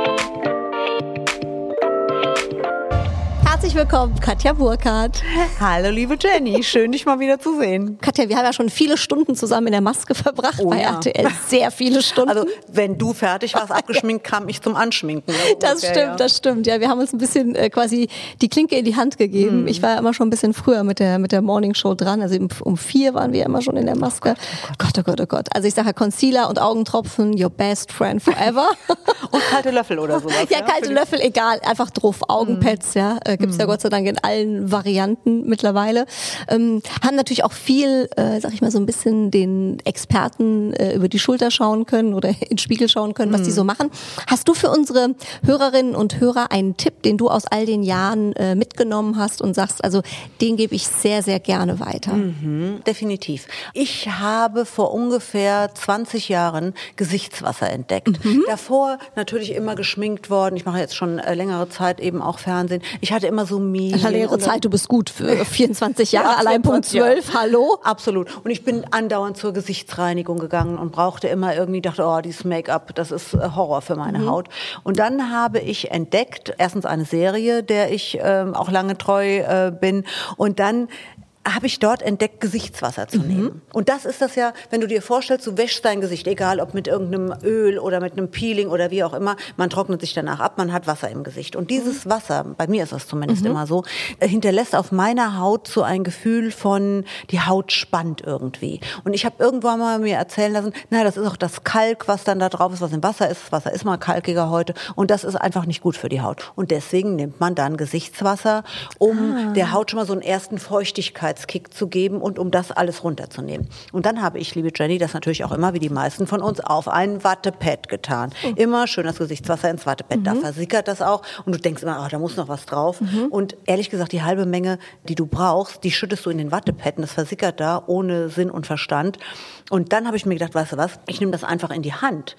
Herzlich willkommen, Katja Burkhardt. Hallo liebe Jenny, schön dich mal wieder zu sehen. Katja, wir haben ja schon viele Stunden zusammen in der Maske verbracht bei RTL. Sehr viele Stunden. Also wenn du fertig warst, abgeschminkt, kam ich zum Anschminken. Das stimmt. Ja, wir haben uns ein bisschen quasi die Klinke in die Hand gegeben. Ich war ja immer schon ein bisschen früher mit der Morning Show dran. Also um 4 waren wir immer schon in der Maske. Oh Gott. Also ich sage ja Concealer und Augentropfen, your best friend forever. Und kalte Löffel oder sowas. Ja, kalte Löffel, egal. Einfach drauf. Augenpads, ja. Gibt's ja Gott sei Dank in allen Varianten mittlerweile. Haben natürlich auch viel, sag ich mal, so ein bisschen den Experten über die Schulter schauen können oder in den Spiegel schauen können, was die so machen. Hast du für unsere Hörerinnen und Hörer einen Tipp, den du aus all den Jahren mitgenommen hast und sagst, also den gebe ich sehr, sehr gerne weiter? Definitiv. Ich habe vor ungefähr 20 Jahren Gesichtswasser entdeckt. Davor natürlich immer geschminkt worden. Ich mache jetzt schon längere Zeit eben auch Fernsehen. Ich hatte immer so längere Zeit, du bist gut für 24 Jahre, allein Punkt 12, hallo? Absolut. Und ich bin andauernd zur Gesichtsreinigung gegangen und brauchte immer irgendwie, dachte, oh, dieses Make-up, das ist Horror für meine Haut. Und dann habe ich entdeckt, erstens eine Serie, der ich auch lange treu bin, und dann habe ich dort entdeckt, Gesichtswasser zu nehmen. Und das ist das ja, wenn du dir vorstellst, du wäschst dein Gesicht, egal ob mit irgendeinem Öl oder mit einem Peeling oder wie auch immer, man trocknet sich danach ab, man hat Wasser im Gesicht. Und dieses Wasser, bei mir ist das zumindest immer so, hinterlässt auf meiner Haut so ein Gefühl von, die Haut spannt irgendwie. Und ich habe irgendwann mal mir erzählen lassen, das ist auch das Kalk, was dann da drauf ist, was im Wasser ist. Das Wasser ist mal kalkiger heute und das ist einfach nicht gut für die Haut. Und deswegen nimmt man dann Gesichtswasser, um der Haut schon mal so einen ersten Feuchtigkeitskick zu geben und um das alles runterzunehmen. Und dann habe ich, liebe Jenny, das natürlich auch immer, wie die meisten von uns, auf ein Wattepad getan. Immer schön das Gesichtswasser ins Wattepad. Da versickert das auch und du denkst immer, da muss noch was drauf. Und ehrlich gesagt, die halbe Menge, die du brauchst, die schüttest du in den Wattepad und das versickert da ohne Sinn und Verstand. Und dann habe ich mir gedacht, weißt du was, ich nehme das einfach in die Hand.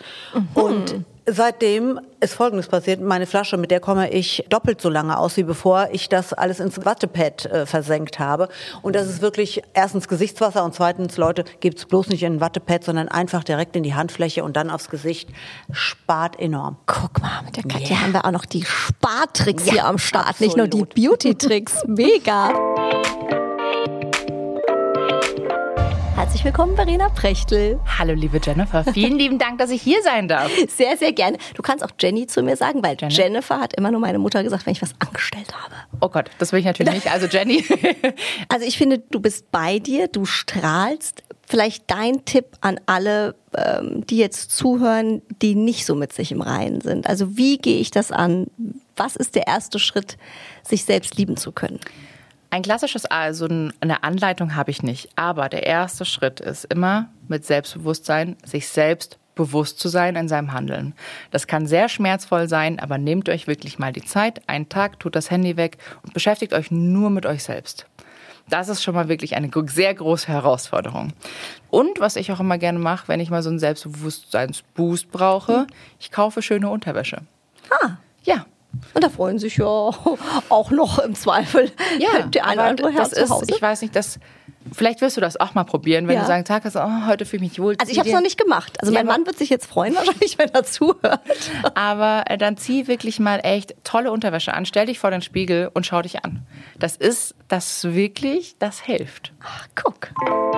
Und seitdem ist Folgendes passiert. Meine Flasche, mit der komme ich doppelt so lange aus, wie bevor ich das alles ins Wattepad versenkt habe. Und das ist wirklich erstens Gesichtswasser und zweitens, Leute, gebt's bloß nicht in ein Wattepad, sondern einfach direkt in die Handfläche und dann aufs Gesicht. Spart enorm. Guck mal, mit der Katja haben wir auch noch die Spartricks hier am Start, absolut. Nicht nur die Beauty-Tricks. Mega. Herzlich willkommen, Verena Prechtl. Hallo, liebe Jennifer. Vielen lieben Dank, dass ich hier sein darf. Sehr, sehr gerne. Du kannst auch Jenny zu mir sagen, weil Jennifer hat immer nur meine Mutter gesagt, wenn ich was angestellt habe. Oh Gott, das will ich natürlich nicht. Also Jenny. Also ich finde, du bist bei dir, du strahlst. Vielleicht dein Tipp an alle, die jetzt zuhören, die nicht so mit sich im Reinen sind. Also wie gehe ich das an? Was ist der erste Schritt, sich selbst lieben zu können? Ein klassisches, also eine Anleitung habe ich nicht. Aber der erste Schritt ist immer mit Selbstbewusstsein, sich selbst bewusst zu sein in seinem Handeln. Das kann sehr schmerzvoll sein, aber nehmt euch wirklich mal die Zeit, einen Tag, tut das Handy weg und beschäftigt euch nur mit euch selbst. Das ist schon mal wirklich eine sehr große Herausforderung. Und was ich auch immer gerne mache, wenn ich mal so einen Selbstbewusstseinsboost brauche, ich kaufe schöne Unterwäsche. Ja. Und da freuen sich ja auch noch im Zweifel der eine oder andere Herr zu Hause. Ich weiß nicht, vielleicht wirst du das auch mal probieren, wenn du sagen, Tag hast, heute fühle ich mich wohl. Also ich habe es noch nicht gemacht. Also mein Mann wird sich jetzt freuen wahrscheinlich, wenn er zuhört. Aber dann zieh wirklich mal echt tolle Unterwäsche an, stell dich vor den Spiegel und schau dich an. Das hilft. Ach, guck.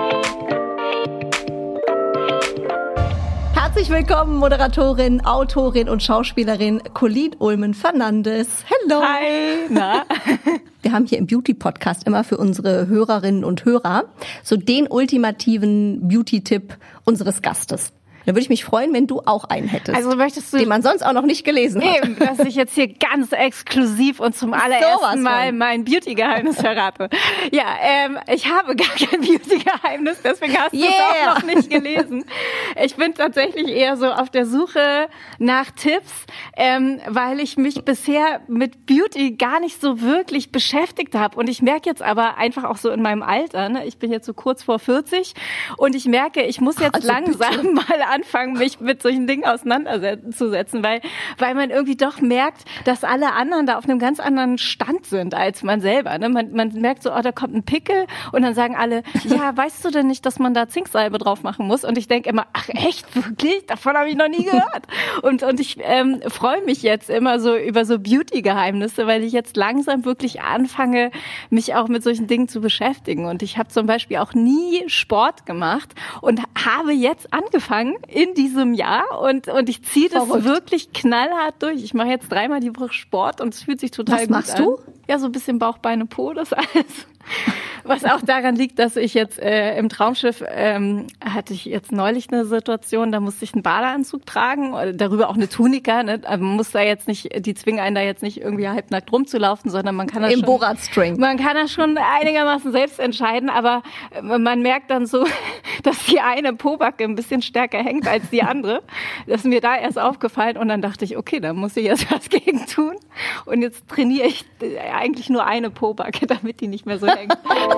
Herzlich willkommen, Moderatorin, Autorin und Schauspielerin Colleen Ullmann-Fernandes. Hello. Hi. Na? Wir haben hier im Beauty-Podcast immer für unsere Hörerinnen und Hörer so den ultimativen Beauty-Tipp unseres Gastes. Da würde ich mich freuen, wenn du auch einen hättest. Also möchtest du, den man sonst auch noch nicht gelesen hat. Eben, dass ich jetzt hier ganz exklusiv und zum allerersten Mal mein Beauty-Geheimnis verrate. Ja, ich habe gar kein Beauty-Geheimnis, deswegen hast du es auch noch nicht gelesen. Ich bin tatsächlich eher so auf der Suche nach Tipps, weil ich mich bisher mit Beauty gar nicht so wirklich beschäftigt habe. Und ich merke jetzt aber einfach auch so in meinem Alter, ne? Ich bin jetzt so kurz vor 40 und ich merke, ich muss jetzt langsam mal anfangen, mich mit solchen Dingen auseinanderzusetzen, weil man irgendwie doch merkt, dass alle anderen da auf einem ganz anderen Stand sind als man selber. Ne? Man merkt so, da kommt ein Pickel und dann sagen alle, ja, weißt du denn nicht, dass man da Zinksalbe drauf machen muss? Und ich denke immer, ach echt, wirklich? Davon habe ich noch nie gehört. Und ich freue mich jetzt immer so über so Beauty-Geheimnisse, weil ich jetzt langsam wirklich anfange, mich auch mit solchen Dingen zu beschäftigen. Und ich habe zum Beispiel auch nie Sport gemacht und habe jetzt angefangen, in diesem Jahr und ich ziehe das wirklich knallhart durch. Ich mache jetzt 3-mal die Woche Sport und es fühlt sich total gut an. Was machst du? Ja, so ein bisschen Bauch, Beine, Po, das alles. Was auch daran liegt, dass ich jetzt im Traumschiff hatte ich jetzt neulich eine Situation, da musste ich einen Badeanzug tragen, darüber auch eine Tunika. Ne? Man muss da jetzt nicht, die zwingen einen da jetzt nicht irgendwie halbnackt rumzulaufen, sondern man kann das man kann das schon einigermaßen selbst entscheiden, aber man merkt dann so, dass die eine Pobacke ein bisschen stärker hängt als die andere. Das ist mir da erst aufgefallen und dann dachte ich, okay, da muss ich jetzt was gegen tun. Und jetzt trainiere ich eigentlich nur eine Pobacke, damit die nicht mehr so hängt.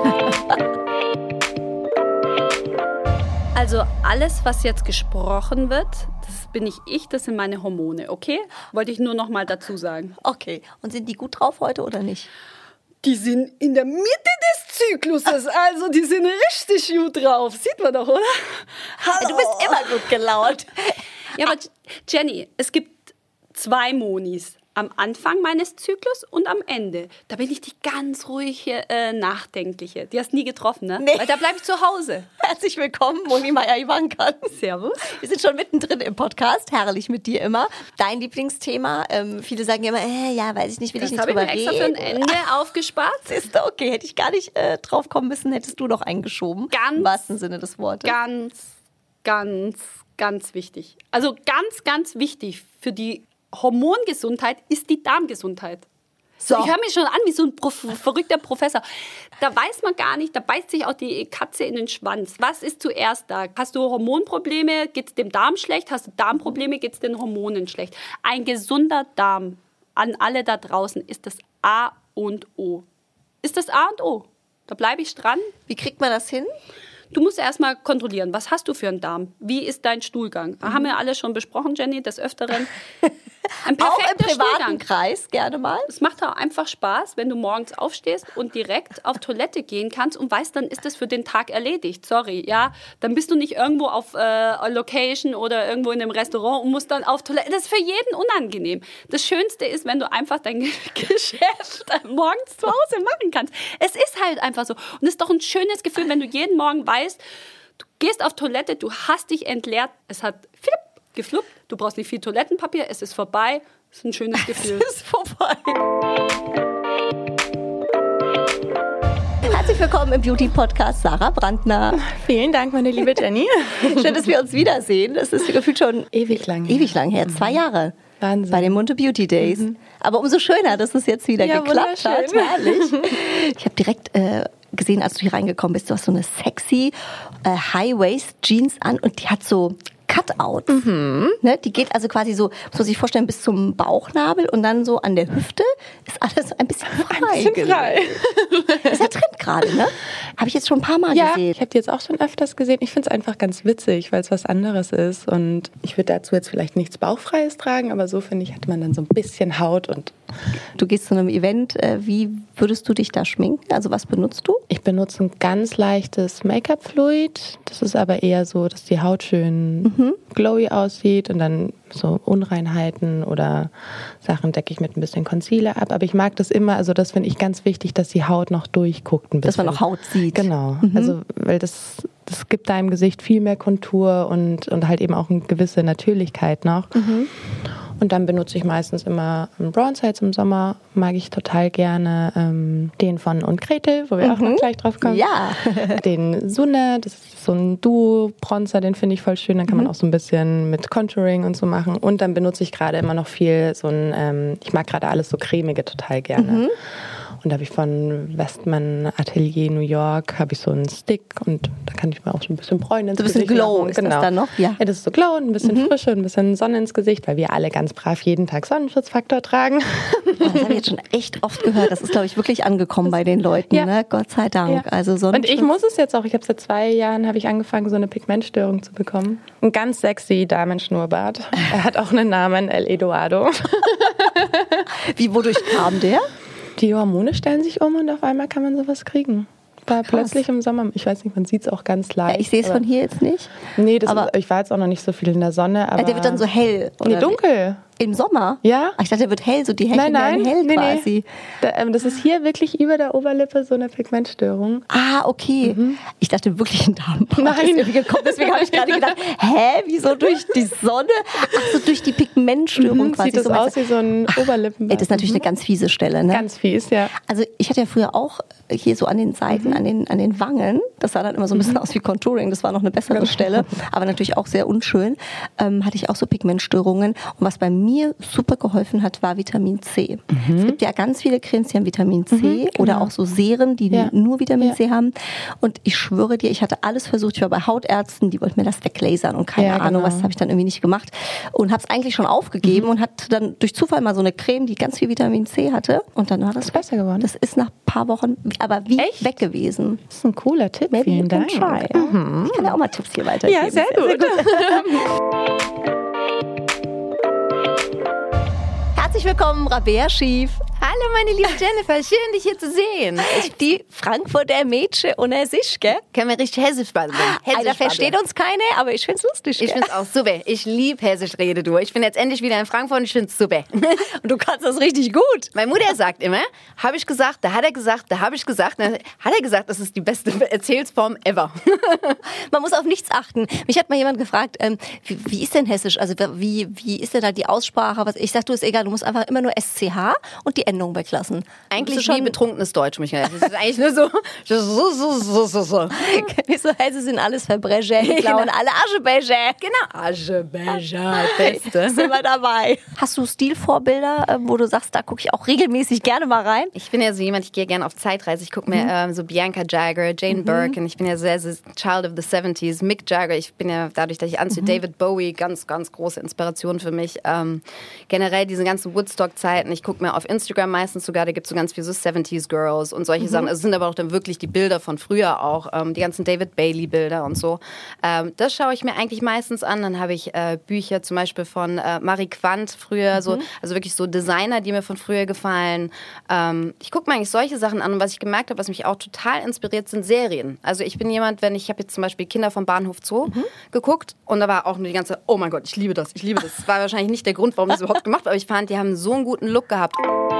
Also alles, was jetzt gesprochen wird, das bin nicht ich, das sind meine Hormone, okay? Wollte ich nur noch mal dazu sagen. Okay, und sind die gut drauf heute oder nicht? Die sind in der Mitte des Zykluses, also die sind richtig gut drauf. Sieht man doch, oder? Hallo. Du bist immer gut gelaunt. Ja, aber Jenny, es gibt 2 Monis. Am Anfang meines Zyklus und am Ende. Da bin ich die ganz ruhige, nachdenkliche. Die hast nie getroffen, ne? Nee. Weil da bleibe ich zu Hause. Herzlich willkommen, Moni Meier-Ivanka. Servus. Wir sind schon mittendrin im Podcast. Herrlich mit dir immer. Dein Lieblingsthema. Viele sagen immer, ja, weiß ich nicht, will ich nicht drüber reden. Das habe ich mir extra für ein Ende aufgespart. Siehst du, okay, hätte ich gar nicht drauf kommen müssen, hättest du noch eingeschoben. Im wahrsten Sinne des Wortes. Ganz wichtig. Also ganz wichtig für die Hormongesundheit ist die Darmgesundheit. So. Ich höre mich schon an wie so ein verrückter Professor. Da weiß man gar nicht, da beißt sich auch die Katze in den Schwanz. Was ist zuerst da? Hast du Hormonprobleme, geht es dem Darm schlecht? Hast du Darmprobleme, geht es den Hormonen schlecht? Ein gesunder Darm, an alle da draußen, ist das A und O. Ist das A und O. Da bleibe ich dran. Wie kriegt man das hin? Du musst erstmal kontrollieren, was hast du für einen Darm? Wie ist dein Stuhlgang? Haben wir alle schon besprochen, Jenny, des Öfteren. Ein auch im privaten Kreis, gerne mal. Es macht auch einfach Spaß, wenn du morgens aufstehst und direkt auf Toilette gehen kannst und weißt, dann ist das für den Tag erledigt. Sorry, ja. Dann bist du nicht irgendwo auf Location oder irgendwo in einem Restaurant und musst dann auf Toilette. Das ist für jeden unangenehm. Das Schönste ist, wenn du einfach dein Geschäft morgens zu Hause machen kannst. Es ist halt einfach so. Und es ist doch ein schönes Gefühl, wenn du jeden Morgen weißt, du gehst auf Toilette, du hast dich entleert, es hat gefluppt, du brauchst nicht viel Toilettenpapier, es ist vorbei, es ist ein schönes Gefühl. Es ist vorbei. Herzlich willkommen im Beauty-Podcast, Sarah Brandner. Vielen Dank, meine liebe Jenny. Schön, dass wir uns wiedersehen. Das ist gefühlt schon ewig lang her. 2 Jahre. Wahnsinn. Bei den Munte Beauty Days. Aber umso schöner, dass es jetzt wieder geklappt hat. Herrlich. Ich habe direkt gesehen, als du hier reingekommen bist, du hast so eine sexy High-Waist-Jeans an und die hat so Cutout. Ne? Die geht also quasi so, muss man sich vorstellen, bis zum Bauchnabel und dann so an der Hüfte ist alles ein bisschen frei. Ist ja Trend gerade, ne? Habe ich jetzt schon ein paar Mal gesehen. Ich habe die jetzt auch schon öfters gesehen. Ich finde es einfach ganz witzig, weil es was anderes ist. Und ich würde dazu jetzt vielleicht nichts Bauchfreies tragen, aber so, finde ich, hat man dann so ein bisschen Haut. Und du gehst zu einem Event. Wie würdest du dich da schminken? Also was benutzt du? Ich benutze ein ganz leichtes Make-up-Fluid. Das ist aber eher so, dass die Haut schön glowy aussieht und dann so Unreinheiten oder Sachen decke ich mit ein bisschen Concealer ab. Aber ich mag das immer, also das finde ich ganz wichtig, dass die Haut noch durchguckt ein bisschen. Dass man noch Haut sieht. Genau, also weil das gibt deinem Gesicht viel mehr Kontur und halt eben auch eine gewisse Natürlichkeit noch. Und dann benutze ich meistens immer Bronze im Sommer, mag ich total gerne. Den von und Gretel, wo wir auch noch gleich drauf kommen. Ja. Den Sunne, das ist so ein Duo-Bronzer, den finde ich voll schön. Dann kann man auch so ein bisschen mit Contouring und so machen. Und dann benutze ich gerade immer noch viel so ein, ich mag gerade alles so cremige total gerne. Und da habe ich von Westman Atelier New York habe ich so einen Stick und da kann ich mir auch so ein bisschen bräunen ins Gesicht machen. Glow ist das dann noch? Ja, das ist so Glow und ein bisschen Frische, ein bisschen Sonne ins Gesicht, weil wir alle ganz brav jeden Tag Sonnenschutzfaktor tragen. Das habe ich jetzt schon echt oft gehört. Das ist, glaube ich, wirklich angekommen bei den Leuten. Ne? Gott sei Dank. Ja. Also und ich muss es jetzt auch. Ich habe seit 2 Jahren habe ich angefangen, so eine Pigmentstörung zu bekommen. Ein ganz sexy Damenschnurrbart. Er hat auch einen Namen, El Eduardo. Wodurch kam der? Die Hormone stellen sich um und auf einmal kann man sowas kriegen. War plötzlich im Sommer, ich weiß nicht, man sieht es auch ganz leicht. Ja, ich sehe es von hier jetzt nicht. Nee, ich war jetzt auch noch nicht so viel in der Sonne. Aber der wird dann so hell? Oder nee, dunkel. Im Sommer? Ja. Ich dachte, der wird hell, so die Häkchen werden hell quasi. Nee. Das ist hier wirklich über der Oberlippe so eine Pigmentstörung. Ah, okay. Ich dachte wirklich ein Darmbad. Nein. Deswegen habe ich gerade gedacht, wieso durch die Sonne? Ach so, durch die Pigmentstörung quasi. Sieht das aus wie so ein Oberlippenbad. Das ist natürlich eine ganz fiese Stelle, ne? Ganz fies, ja. Also ich hatte ja früher auch hier so an den Seiten, an den Wangen, das sah dann immer so ein bisschen aus wie Contouring, das war noch eine bessere Stelle, aber natürlich auch sehr unschön, hatte ich auch so Pigmentstörungen. Und was bei mir super geholfen hat, war Vitamin C. Es gibt ja ganz viele Cremes, die haben Vitamin C oder auch so Seren, die nur Vitamin C haben. Und ich schwöre dir, ich hatte alles versucht. Ich war bei Hautärzten, die wollten mir das weglasern und keine Ahnung, was habe ich dann irgendwie nicht gemacht. Und habe es eigentlich schon aufgegeben und hatte dann durch Zufall mal so eine Creme, die ganz viel Vitamin C hatte. Und dann war das besser geworden. Das ist nach ein paar Wochen aber wie weg gewesen. Das ist ein cooler Tipp. Maybe Vielen Dank. Ich kann ja auch mal Tipps hier weitergeben. Ja, sehr gut. Herzlich willkommen, Rabea Schief. Hallo, meine liebe Jennifer, schön, dich hier zu sehen. Die Frankfurter Mädchen unter sich, gell? Können wir richtig hessisch babbeln. Da versteht uns keine, aber ich find's lustig. Ich find's auch super. Ich liebe hessisch Rede, du. Ich bin jetzt endlich wieder in Frankfurt und ich find's super. Und du kannst das richtig gut. Meine Mutter sagt immer, habe ich gesagt, da hat er gesagt, da habe ich gesagt, dann hat er gesagt, das ist die beste Erzählsform ever. Man muss auf nichts achten. Mich hat mal jemand gefragt, wie ist denn hessisch? Also wie ist denn da die Aussprache? Ich sag, du, ist egal, du musst einfach immer nur SCH und die Endung weglassen. Eigentlich wie betrunkenes Deutsch, Michael. Das ist eigentlich nur so. Wieso heißt es sind alles Verbrecher, die klauen alle Aschebecher. Genau, Aschebecher, Beste. Sind wir dabei. Hast du Stilvorbilder, wo du sagst, da gucke ich auch regelmäßig gerne mal rein? Ich bin ja so jemand, ich gehe gerne auf Zeitreise. Ich gucke mir so Bianca Jagger, Jane Birkin. Ich bin ja sehr Child of the 70s. Mick Jagger, ich bin ja dadurch, dass ich anziehe, David Bowie, ganz, ganz große Inspiration für mich. Generell diese ganzen Woodstock-Zeiten. Ich gucke mir auf Instagram meistens sogar, da gibt es so ganz viele so 70s Girls und solche Sachen. Es sind aber auch dann wirklich die Bilder von früher auch, die ganzen David Bailey-Bilder und so. Das schaue ich mir eigentlich meistens an. Dann habe ich Bücher zum Beispiel von Marie Quandt früher, so, also wirklich so Designer, die mir von früher gefallen. Ich gucke mir eigentlich solche Sachen an und was ich gemerkt habe, was mich auch total inspiriert, sind Serien. Also ich bin jemand, ich habe jetzt zum Beispiel Kinder vom Bahnhof Zoo geguckt und da war auch nur die ganze, oh mein Gott, ich liebe das. Das war wahrscheinlich nicht der Grund, warum ich das überhaupt gemacht habe, aber ich fand, die haben so einen guten Look gehabt.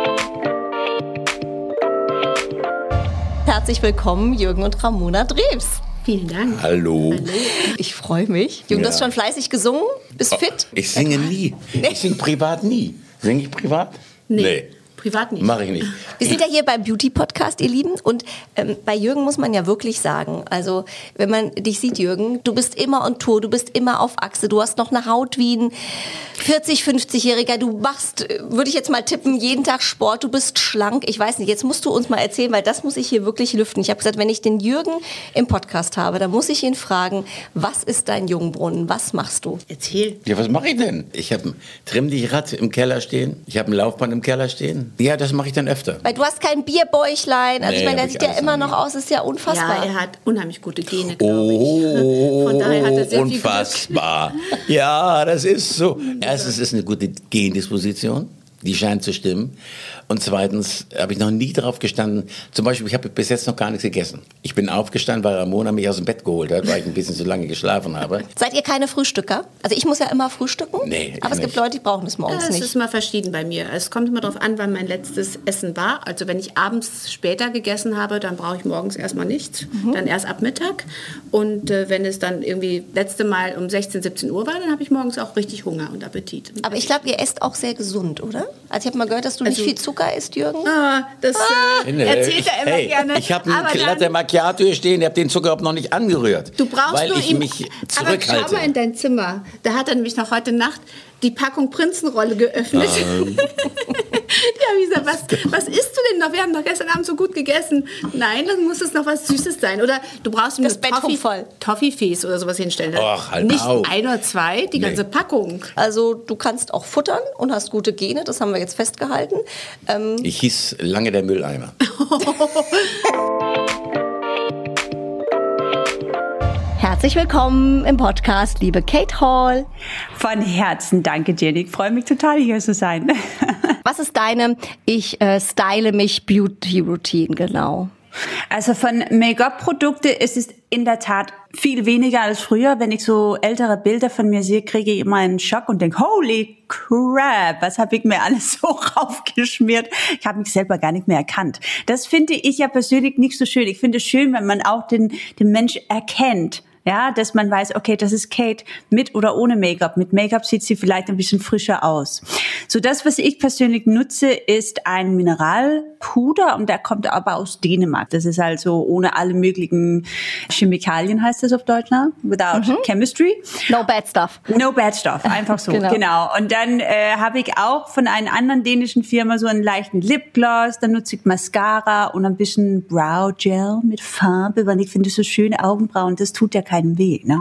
Herzlich willkommen, Jürgen und Ramona Drews. Vielen Dank. Hallo. Ich freue mich. Jürgen, du hast schon fleißig gesungen. Bist fit? Ich singe nie. Nee. Ich singe privat nie. Singe ich privat? Nee. Privat nicht. Mache ich nicht. Wir sind ja hier beim Beauty-Podcast, ihr Lieben. Und bei Jürgen muss man ja wirklich sagen, also wenn man dich sieht, Jürgen, du bist immer on Tour, du bist immer auf Achse, du hast noch eine Haut wie ein 40-, 50-Jähriger, du machst, würde ich jetzt mal tippen, jeden Tag Sport, du bist schlank. Ich weiß nicht, jetzt musst du uns mal erzählen, weil das muss ich hier wirklich lüften. Ich habe gesagt, wenn ich den Jürgen im Podcast habe, dann muss ich ihn fragen, was ist dein Jungbrunnen, was machst du? Erzähl. Ja, was mache ich denn? Ich habe ein Trimm-dich-Rad im Keller stehen, ich habe ein Laufband im Keller stehen. Ja, das mache ich dann öfter. Weil du hast kein Bierbäuchlein, also Nee, ich meine, der hab sieht ich ja alles immer noch noch aus, ist ja unfassbar. Ja, er hat unheimlich gute Gene, glaube ich. Von daher hat er sehr unfassbar. Ja, das ist so. Erstens ist eine gute Gendisposition, die scheint zu stimmen. Und zweitens habe ich noch nie drauf gestanden, zum Beispiel, ich habe bis jetzt noch gar nichts gegessen. Ich bin aufgestanden, weil Ramona mich aus dem Bett geholt hat, weil ich ein bisschen zu lange geschlafen habe. Seid ihr keine Frühstücker? Also ich muss ja immer frühstücken, nee, aber es gibt Leute, die brauchen es morgens nicht. Es ist mal verschieden bei mir. Es kommt immer darauf an, wann mein letztes Essen war. Also wenn ich abends später gegessen habe, dann brauche ich morgens erstmal nichts. Dann erst ab Mittag. Und wenn es dann irgendwie letzte Mal um 16, 17 Uhr war, dann habe ich morgens auch richtig Hunger und Appetit. Aber ich glaube, ihr esst auch sehr gesund, oder? Also ich habe mal gehört, dass du nicht viel Zucker isst, Jürgen. Das erzählt er immer gerne. Ich habe einen Latte Macchiato hier stehen, ich habe den Zucker noch nicht angerührt. Du brauchst weil nur ich mich zurückhalte. Aber schau mal in dein Zimmer. Da hat er nämlich noch heute Nacht die Packung Prinzenrolle geöffnet. Ja, wie gesagt, was isst du denn noch? Wir haben doch gestern Abend so gut gegessen. Nein, dann muss es noch was Süßes sein. Oder du brauchst mir Toffifees oder sowas hinstellen. Och, halt nicht auf. 1 oder 2, die ganze Packung. Also du kannst auch futtern und hast gute Gene, das haben wir jetzt festgehalten. Ich hieß lange der Mülleimer. Herzlich willkommen im Podcast, liebe Kate Hall. Von Herzen danke, Jenny. Ich freue mich total, hier zu sein. Was ist deine Ich style mich Beauty-Routine genau? Also von Make-up-Produkte ist es in der Tat viel weniger als früher. Wenn ich so ältere Bilder von mir sehe, kriege ich immer einen Schock und denke, holy crap, was habe ich mir alles so raufgeschmiert? Ich habe mich selber gar nicht mehr erkannt. Das finde ich ja persönlich nicht so schön. Ich finde es schön, wenn man auch den Mensch erkennt. Ja, dass man weiß, okay, das ist Kate mit oder ohne Make-up. Mit Make-up sieht sie vielleicht ein bisschen frischer aus. So, das, was ich persönlich nutze, ist ein Mineralpuder und der kommt aber aus Dänemark. Das ist also ohne alle möglichen Chemikalien, heißt das auf Deutsch, ne? Without chemistry. No bad stuff. No bad stuff, einfach so, genau. Und dann habe ich auch von einer anderen dänischen Firma so einen leichten Lipgloss, dann nutze ich Mascara und ein bisschen Brow Gel mit Farbe, weil ich finde so schöne Augenbrauen, das tut ja keinen weh, ne?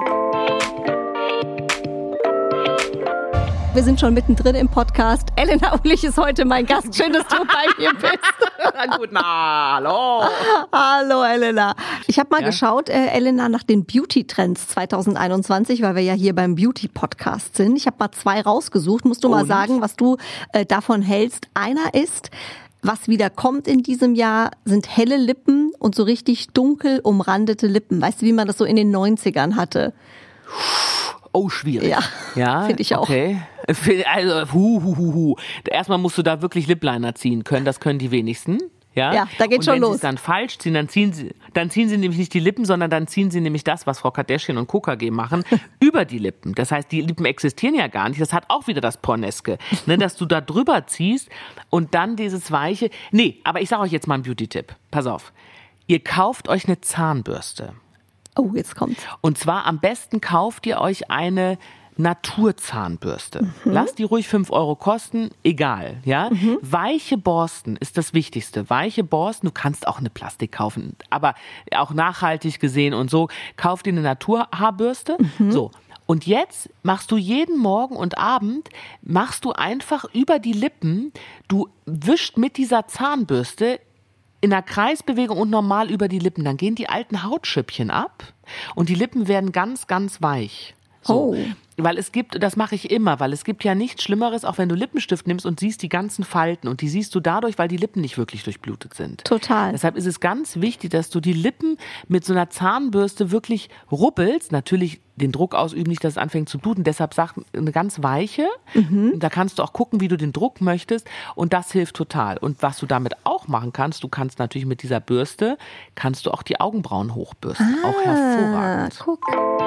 Wir sind schon mittendrin im Podcast. Elena Ulich ist heute mein Gast. Schön, dass du bei mir bist. Guten Hallo. Hallo, Elena. Ich habe mal geschaut, Elena, nach den Beauty-Trends 2021, weil wir ja hier beim Beauty-Podcast sind. Ich habe mal 2 rausgesucht. Musst du mal sagen, was du davon hältst. Einer ist, was wieder kommt in diesem Jahr, sind helle Lippen und so richtig dunkel umrandete Lippen. Weißt du, wie man das so in den 90ern hatte? Oh, schwierig. Ja, finde ich auch. Okay. Also, Erstmal musst du da wirklich Lipliner ziehen können. Das können die wenigsten. Ja, da geht schon los. Wenn sie es dann falsch ziehen, dann ziehen sie nämlich nicht die Lippen, sondern dann ziehen sie nämlich das, was Frau Kardashian und KKG machen, über die Lippen. Das heißt, die Lippen existieren ja gar nicht. Das hat auch wieder das Porneske, ne, dass du da drüber ziehst und dann dieses weiche. Nee, aber ich sage euch jetzt mal einen Beauty-Tipp. Pass auf. Ihr kauft euch eine Zahnbürste. Oh, jetzt kommt's. Und zwar am besten kauft ihr euch eine Naturzahnbürste. Lasst die ruhig 5 € kosten, egal, ja. Weiche Borsten ist das Wichtigste. Weiche Borsten, du kannst auch eine Plastik kaufen, aber auch nachhaltig gesehen und so. Kauf dir eine Naturhaarbürste. So. Und jetzt machst du jeden Morgen und Abend, machst du einfach über die Lippen, du wischst mit dieser Zahnbürste in einer Kreisbewegung und normal über die Lippen. Dann gehen die alten Hautschüppchen ab und die Lippen werden ganz, ganz weich. So. Oh. Weil es gibt, das mache ich immer, weil es gibt ja nichts Schlimmeres, auch wenn du Lippenstift nimmst und siehst die ganzen Falten und die siehst du dadurch, weil die Lippen nicht wirklich durchblutet sind. Total. Deshalb ist es ganz wichtig, dass du die Lippen mit so einer Zahnbürste wirklich rubbelst, natürlich den Druck ausüben, nicht, dass es anfängt zu bluten, deshalb sag eine ganz weiche, da kannst du auch gucken, wie du den Druck möchtest und das hilft total. Und was du damit auch machen kannst, du kannst natürlich mit dieser Bürste, kannst du auch die Augenbrauen hochbürsten, auch hervorragend. Guck.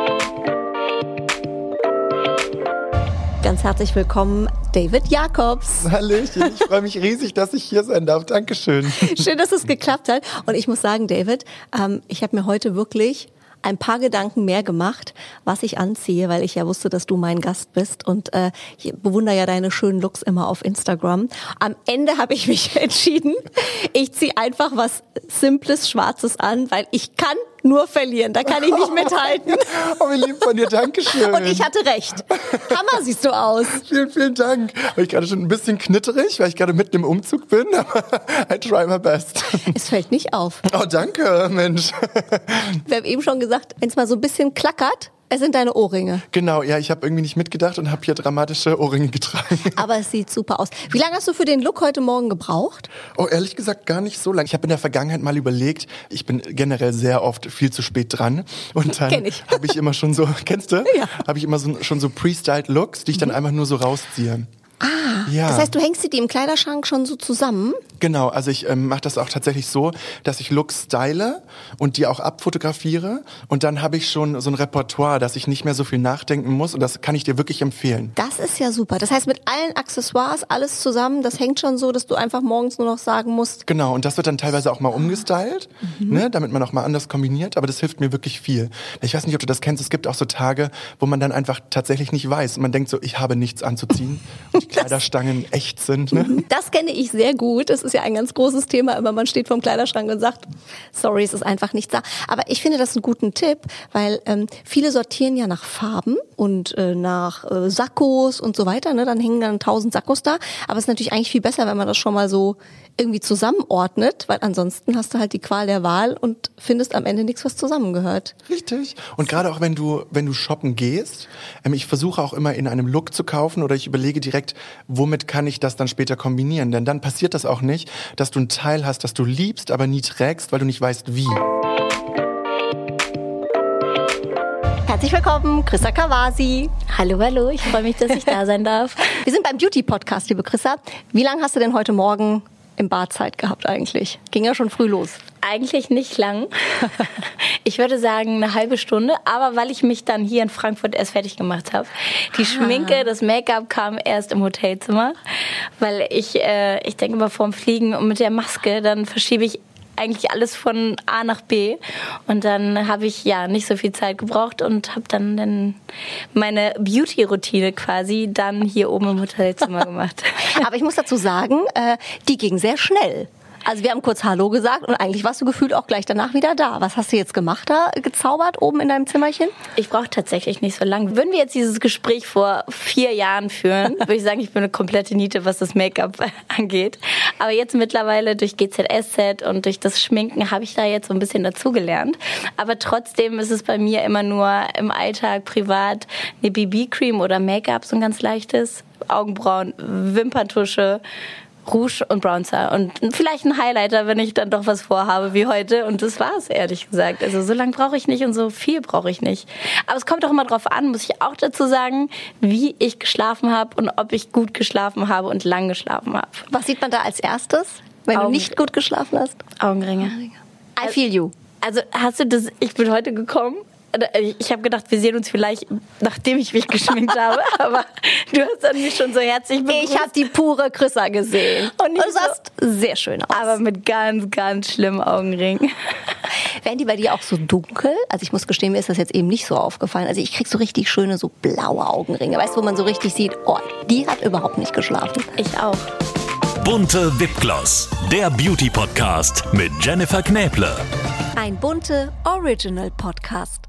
Ganz herzlich willkommen, David Jacobs. Hallöchen, ich freue mich riesig, dass ich hier sein darf. Dankeschön. Schön, dass es geklappt hat. Und ich muss sagen, David, ich habe mir heute wirklich ein paar Gedanken mehr gemacht, was ich anziehe, weil ich ja wusste, dass du mein Gast bist und ich bewundere ja deine schönen Looks immer auf Instagram. Am Ende habe ich mich entschieden, ich ziehe einfach was Simples, Schwarzes an, weil ich kann nur verlieren, da kann ich nicht mithalten. Oh, wie lieb von dir, Dankeschön. Und ich hatte recht. Hammer siehst du aus. Vielen, vielen Dank. War ich gerade schon ein bisschen knitterig, weil ich gerade mitten im Umzug bin, aber I try my best. Es fällt nicht auf. Oh, danke, Mensch. Wir haben eben schon gesagt, wenn es mal so ein bisschen klackert, Es sind deine Ohrringe. Genau, ja, ich habe irgendwie nicht mitgedacht und habe hier dramatische Ohrringe getragen. Aber es sieht super aus. Wie lange hast du für den Look heute Morgen gebraucht? Oh, ehrlich gesagt gar nicht so lange. Ich habe in der Vergangenheit mal überlegt, ich bin generell sehr oft viel zu spät dran. Und dann habe ich immer schon so, kennst du? Ja. Habe ich immer schon so pre-styled Looks, die ich dann einfach nur so rausziehe. Ja. Das heißt, du hängst die im Kleiderschrank schon so zusammen? Genau, also ich mache das auch tatsächlich so, dass ich Looks style und die auch abfotografiere und dann habe ich schon so ein Repertoire, dass ich nicht mehr so viel nachdenken muss und das kann ich dir wirklich empfehlen. Das ist ja super. Das heißt, mit allen Accessoires, alles zusammen, das hängt schon so, dass du einfach morgens nur noch sagen musst. Genau, und das wird dann teilweise auch mal umgestylt, ne, damit man auch mal anders kombiniert, aber das hilft mir wirklich viel. Ich weiß nicht, ob du das kennst, es gibt auch so Tage, wo man dann einfach tatsächlich nicht weiß. Man denkt so, ich habe nichts anzuziehen und die Kleiderstangen echt sind. Ne? Das kenne ich sehr gut. Das ist ja ein ganz großes Thema, immer man steht vorm Kleiderschrank und sagt, sorry, es ist einfach nichts da. Aber ich finde das einen guten Tipp, weil viele sortieren ja nach Farben und nach Sakkos und so weiter. Ne? Dann hängen dann 1000 Sakkos da. Aber es ist natürlich eigentlich viel besser, wenn man das schon mal so irgendwie zusammenordnet, weil ansonsten hast du halt die Qual der Wahl und findest am Ende nichts, was zusammengehört. Richtig. Und gerade auch wenn du shoppen gehst, ich versuche auch immer in einem Look zu kaufen oder ich überlege direkt, womit kann ich das dann später kombinieren? Denn dann passiert das auch nicht, dass du ein Teil hast, das du liebst, aber nie trägst, weil du nicht weißt, wie. Herzlich willkommen, Chrissa Kawasi. Hallo, hallo, ich freue mich, dass ich da sein darf. Wir sind beim Beauty-Podcast, liebe Chrissa. Wie lange hast du denn heute Morgen im Bad Zeit gehabt eigentlich? Ging ja schon früh los. Eigentlich nicht lang. Ich würde sagen eine halbe Stunde, aber weil ich mich dann hier in Frankfurt erst fertig gemacht habe. Die Schminke, das Make-up kam erst im Hotelzimmer, weil ich denke mal vorm Fliegen und mit der Maske, dann verschiebe ich eigentlich alles von A nach B und dann habe ich nicht so viel Zeit gebraucht und habe dann meine Beauty-Routine quasi dann hier oben im Hotelzimmer gemacht. Aber ich muss dazu sagen, die ging sehr schnell. Also wir haben kurz Hallo gesagt und eigentlich warst du gefühlt auch gleich danach wieder da. Was hast du jetzt gemacht da, gezaubert oben in deinem Zimmerchen? Ich brauche tatsächlich nicht so lange. Würden wir jetzt dieses Gespräch vor 4 Jahren führen, würde ich sagen, ich bin eine komplette Niete, was das Make-up angeht. Aber jetzt mittlerweile durch GZSZ und durch das Schminken habe ich da jetzt so ein bisschen dazugelernt. Aber trotzdem ist es bei mir immer nur im Alltag privat eine BB-Cream oder Make-up, so ein ganz leichtes, Augenbrauen, Wimperntusche, Rouge und Bronzer und vielleicht ein Highlighter, wenn ich dann doch was vorhabe wie heute. Und das war's, ehrlich gesagt. Also so lange brauche ich nicht und so viel brauche ich nicht. Aber es kommt auch immer drauf an, muss ich auch dazu sagen, wie ich geschlafen habe und ob ich gut geschlafen habe und lang geschlafen habe. Was sieht man da als erstes, wenn du nicht gut geschlafen hast? Augenringe. I feel you. Also hast du das, ich bin heute gekommen, ich habe gedacht, wir sehen uns vielleicht, nachdem ich mich geschminkt habe, aber du hast dann mich schon so herzlich begrüßt. Ich habe die pure Chrissa gesehen. Und du sahst sehr schön aus. Aber mit ganz, ganz schlimmen Augenringen. Werden die bei dir auch so dunkel? Also ich muss gestehen, mir ist das jetzt eben nicht so aufgefallen. Also ich krieg so richtig schöne, so blaue Augenringe. Weißt du, wo man so richtig sieht, oh, die hat überhaupt nicht geschlafen. Ich auch. Bunte Wipgloss, der Beauty-Podcast mit Jennifer Knäble. Ein Bunte Original Podcast.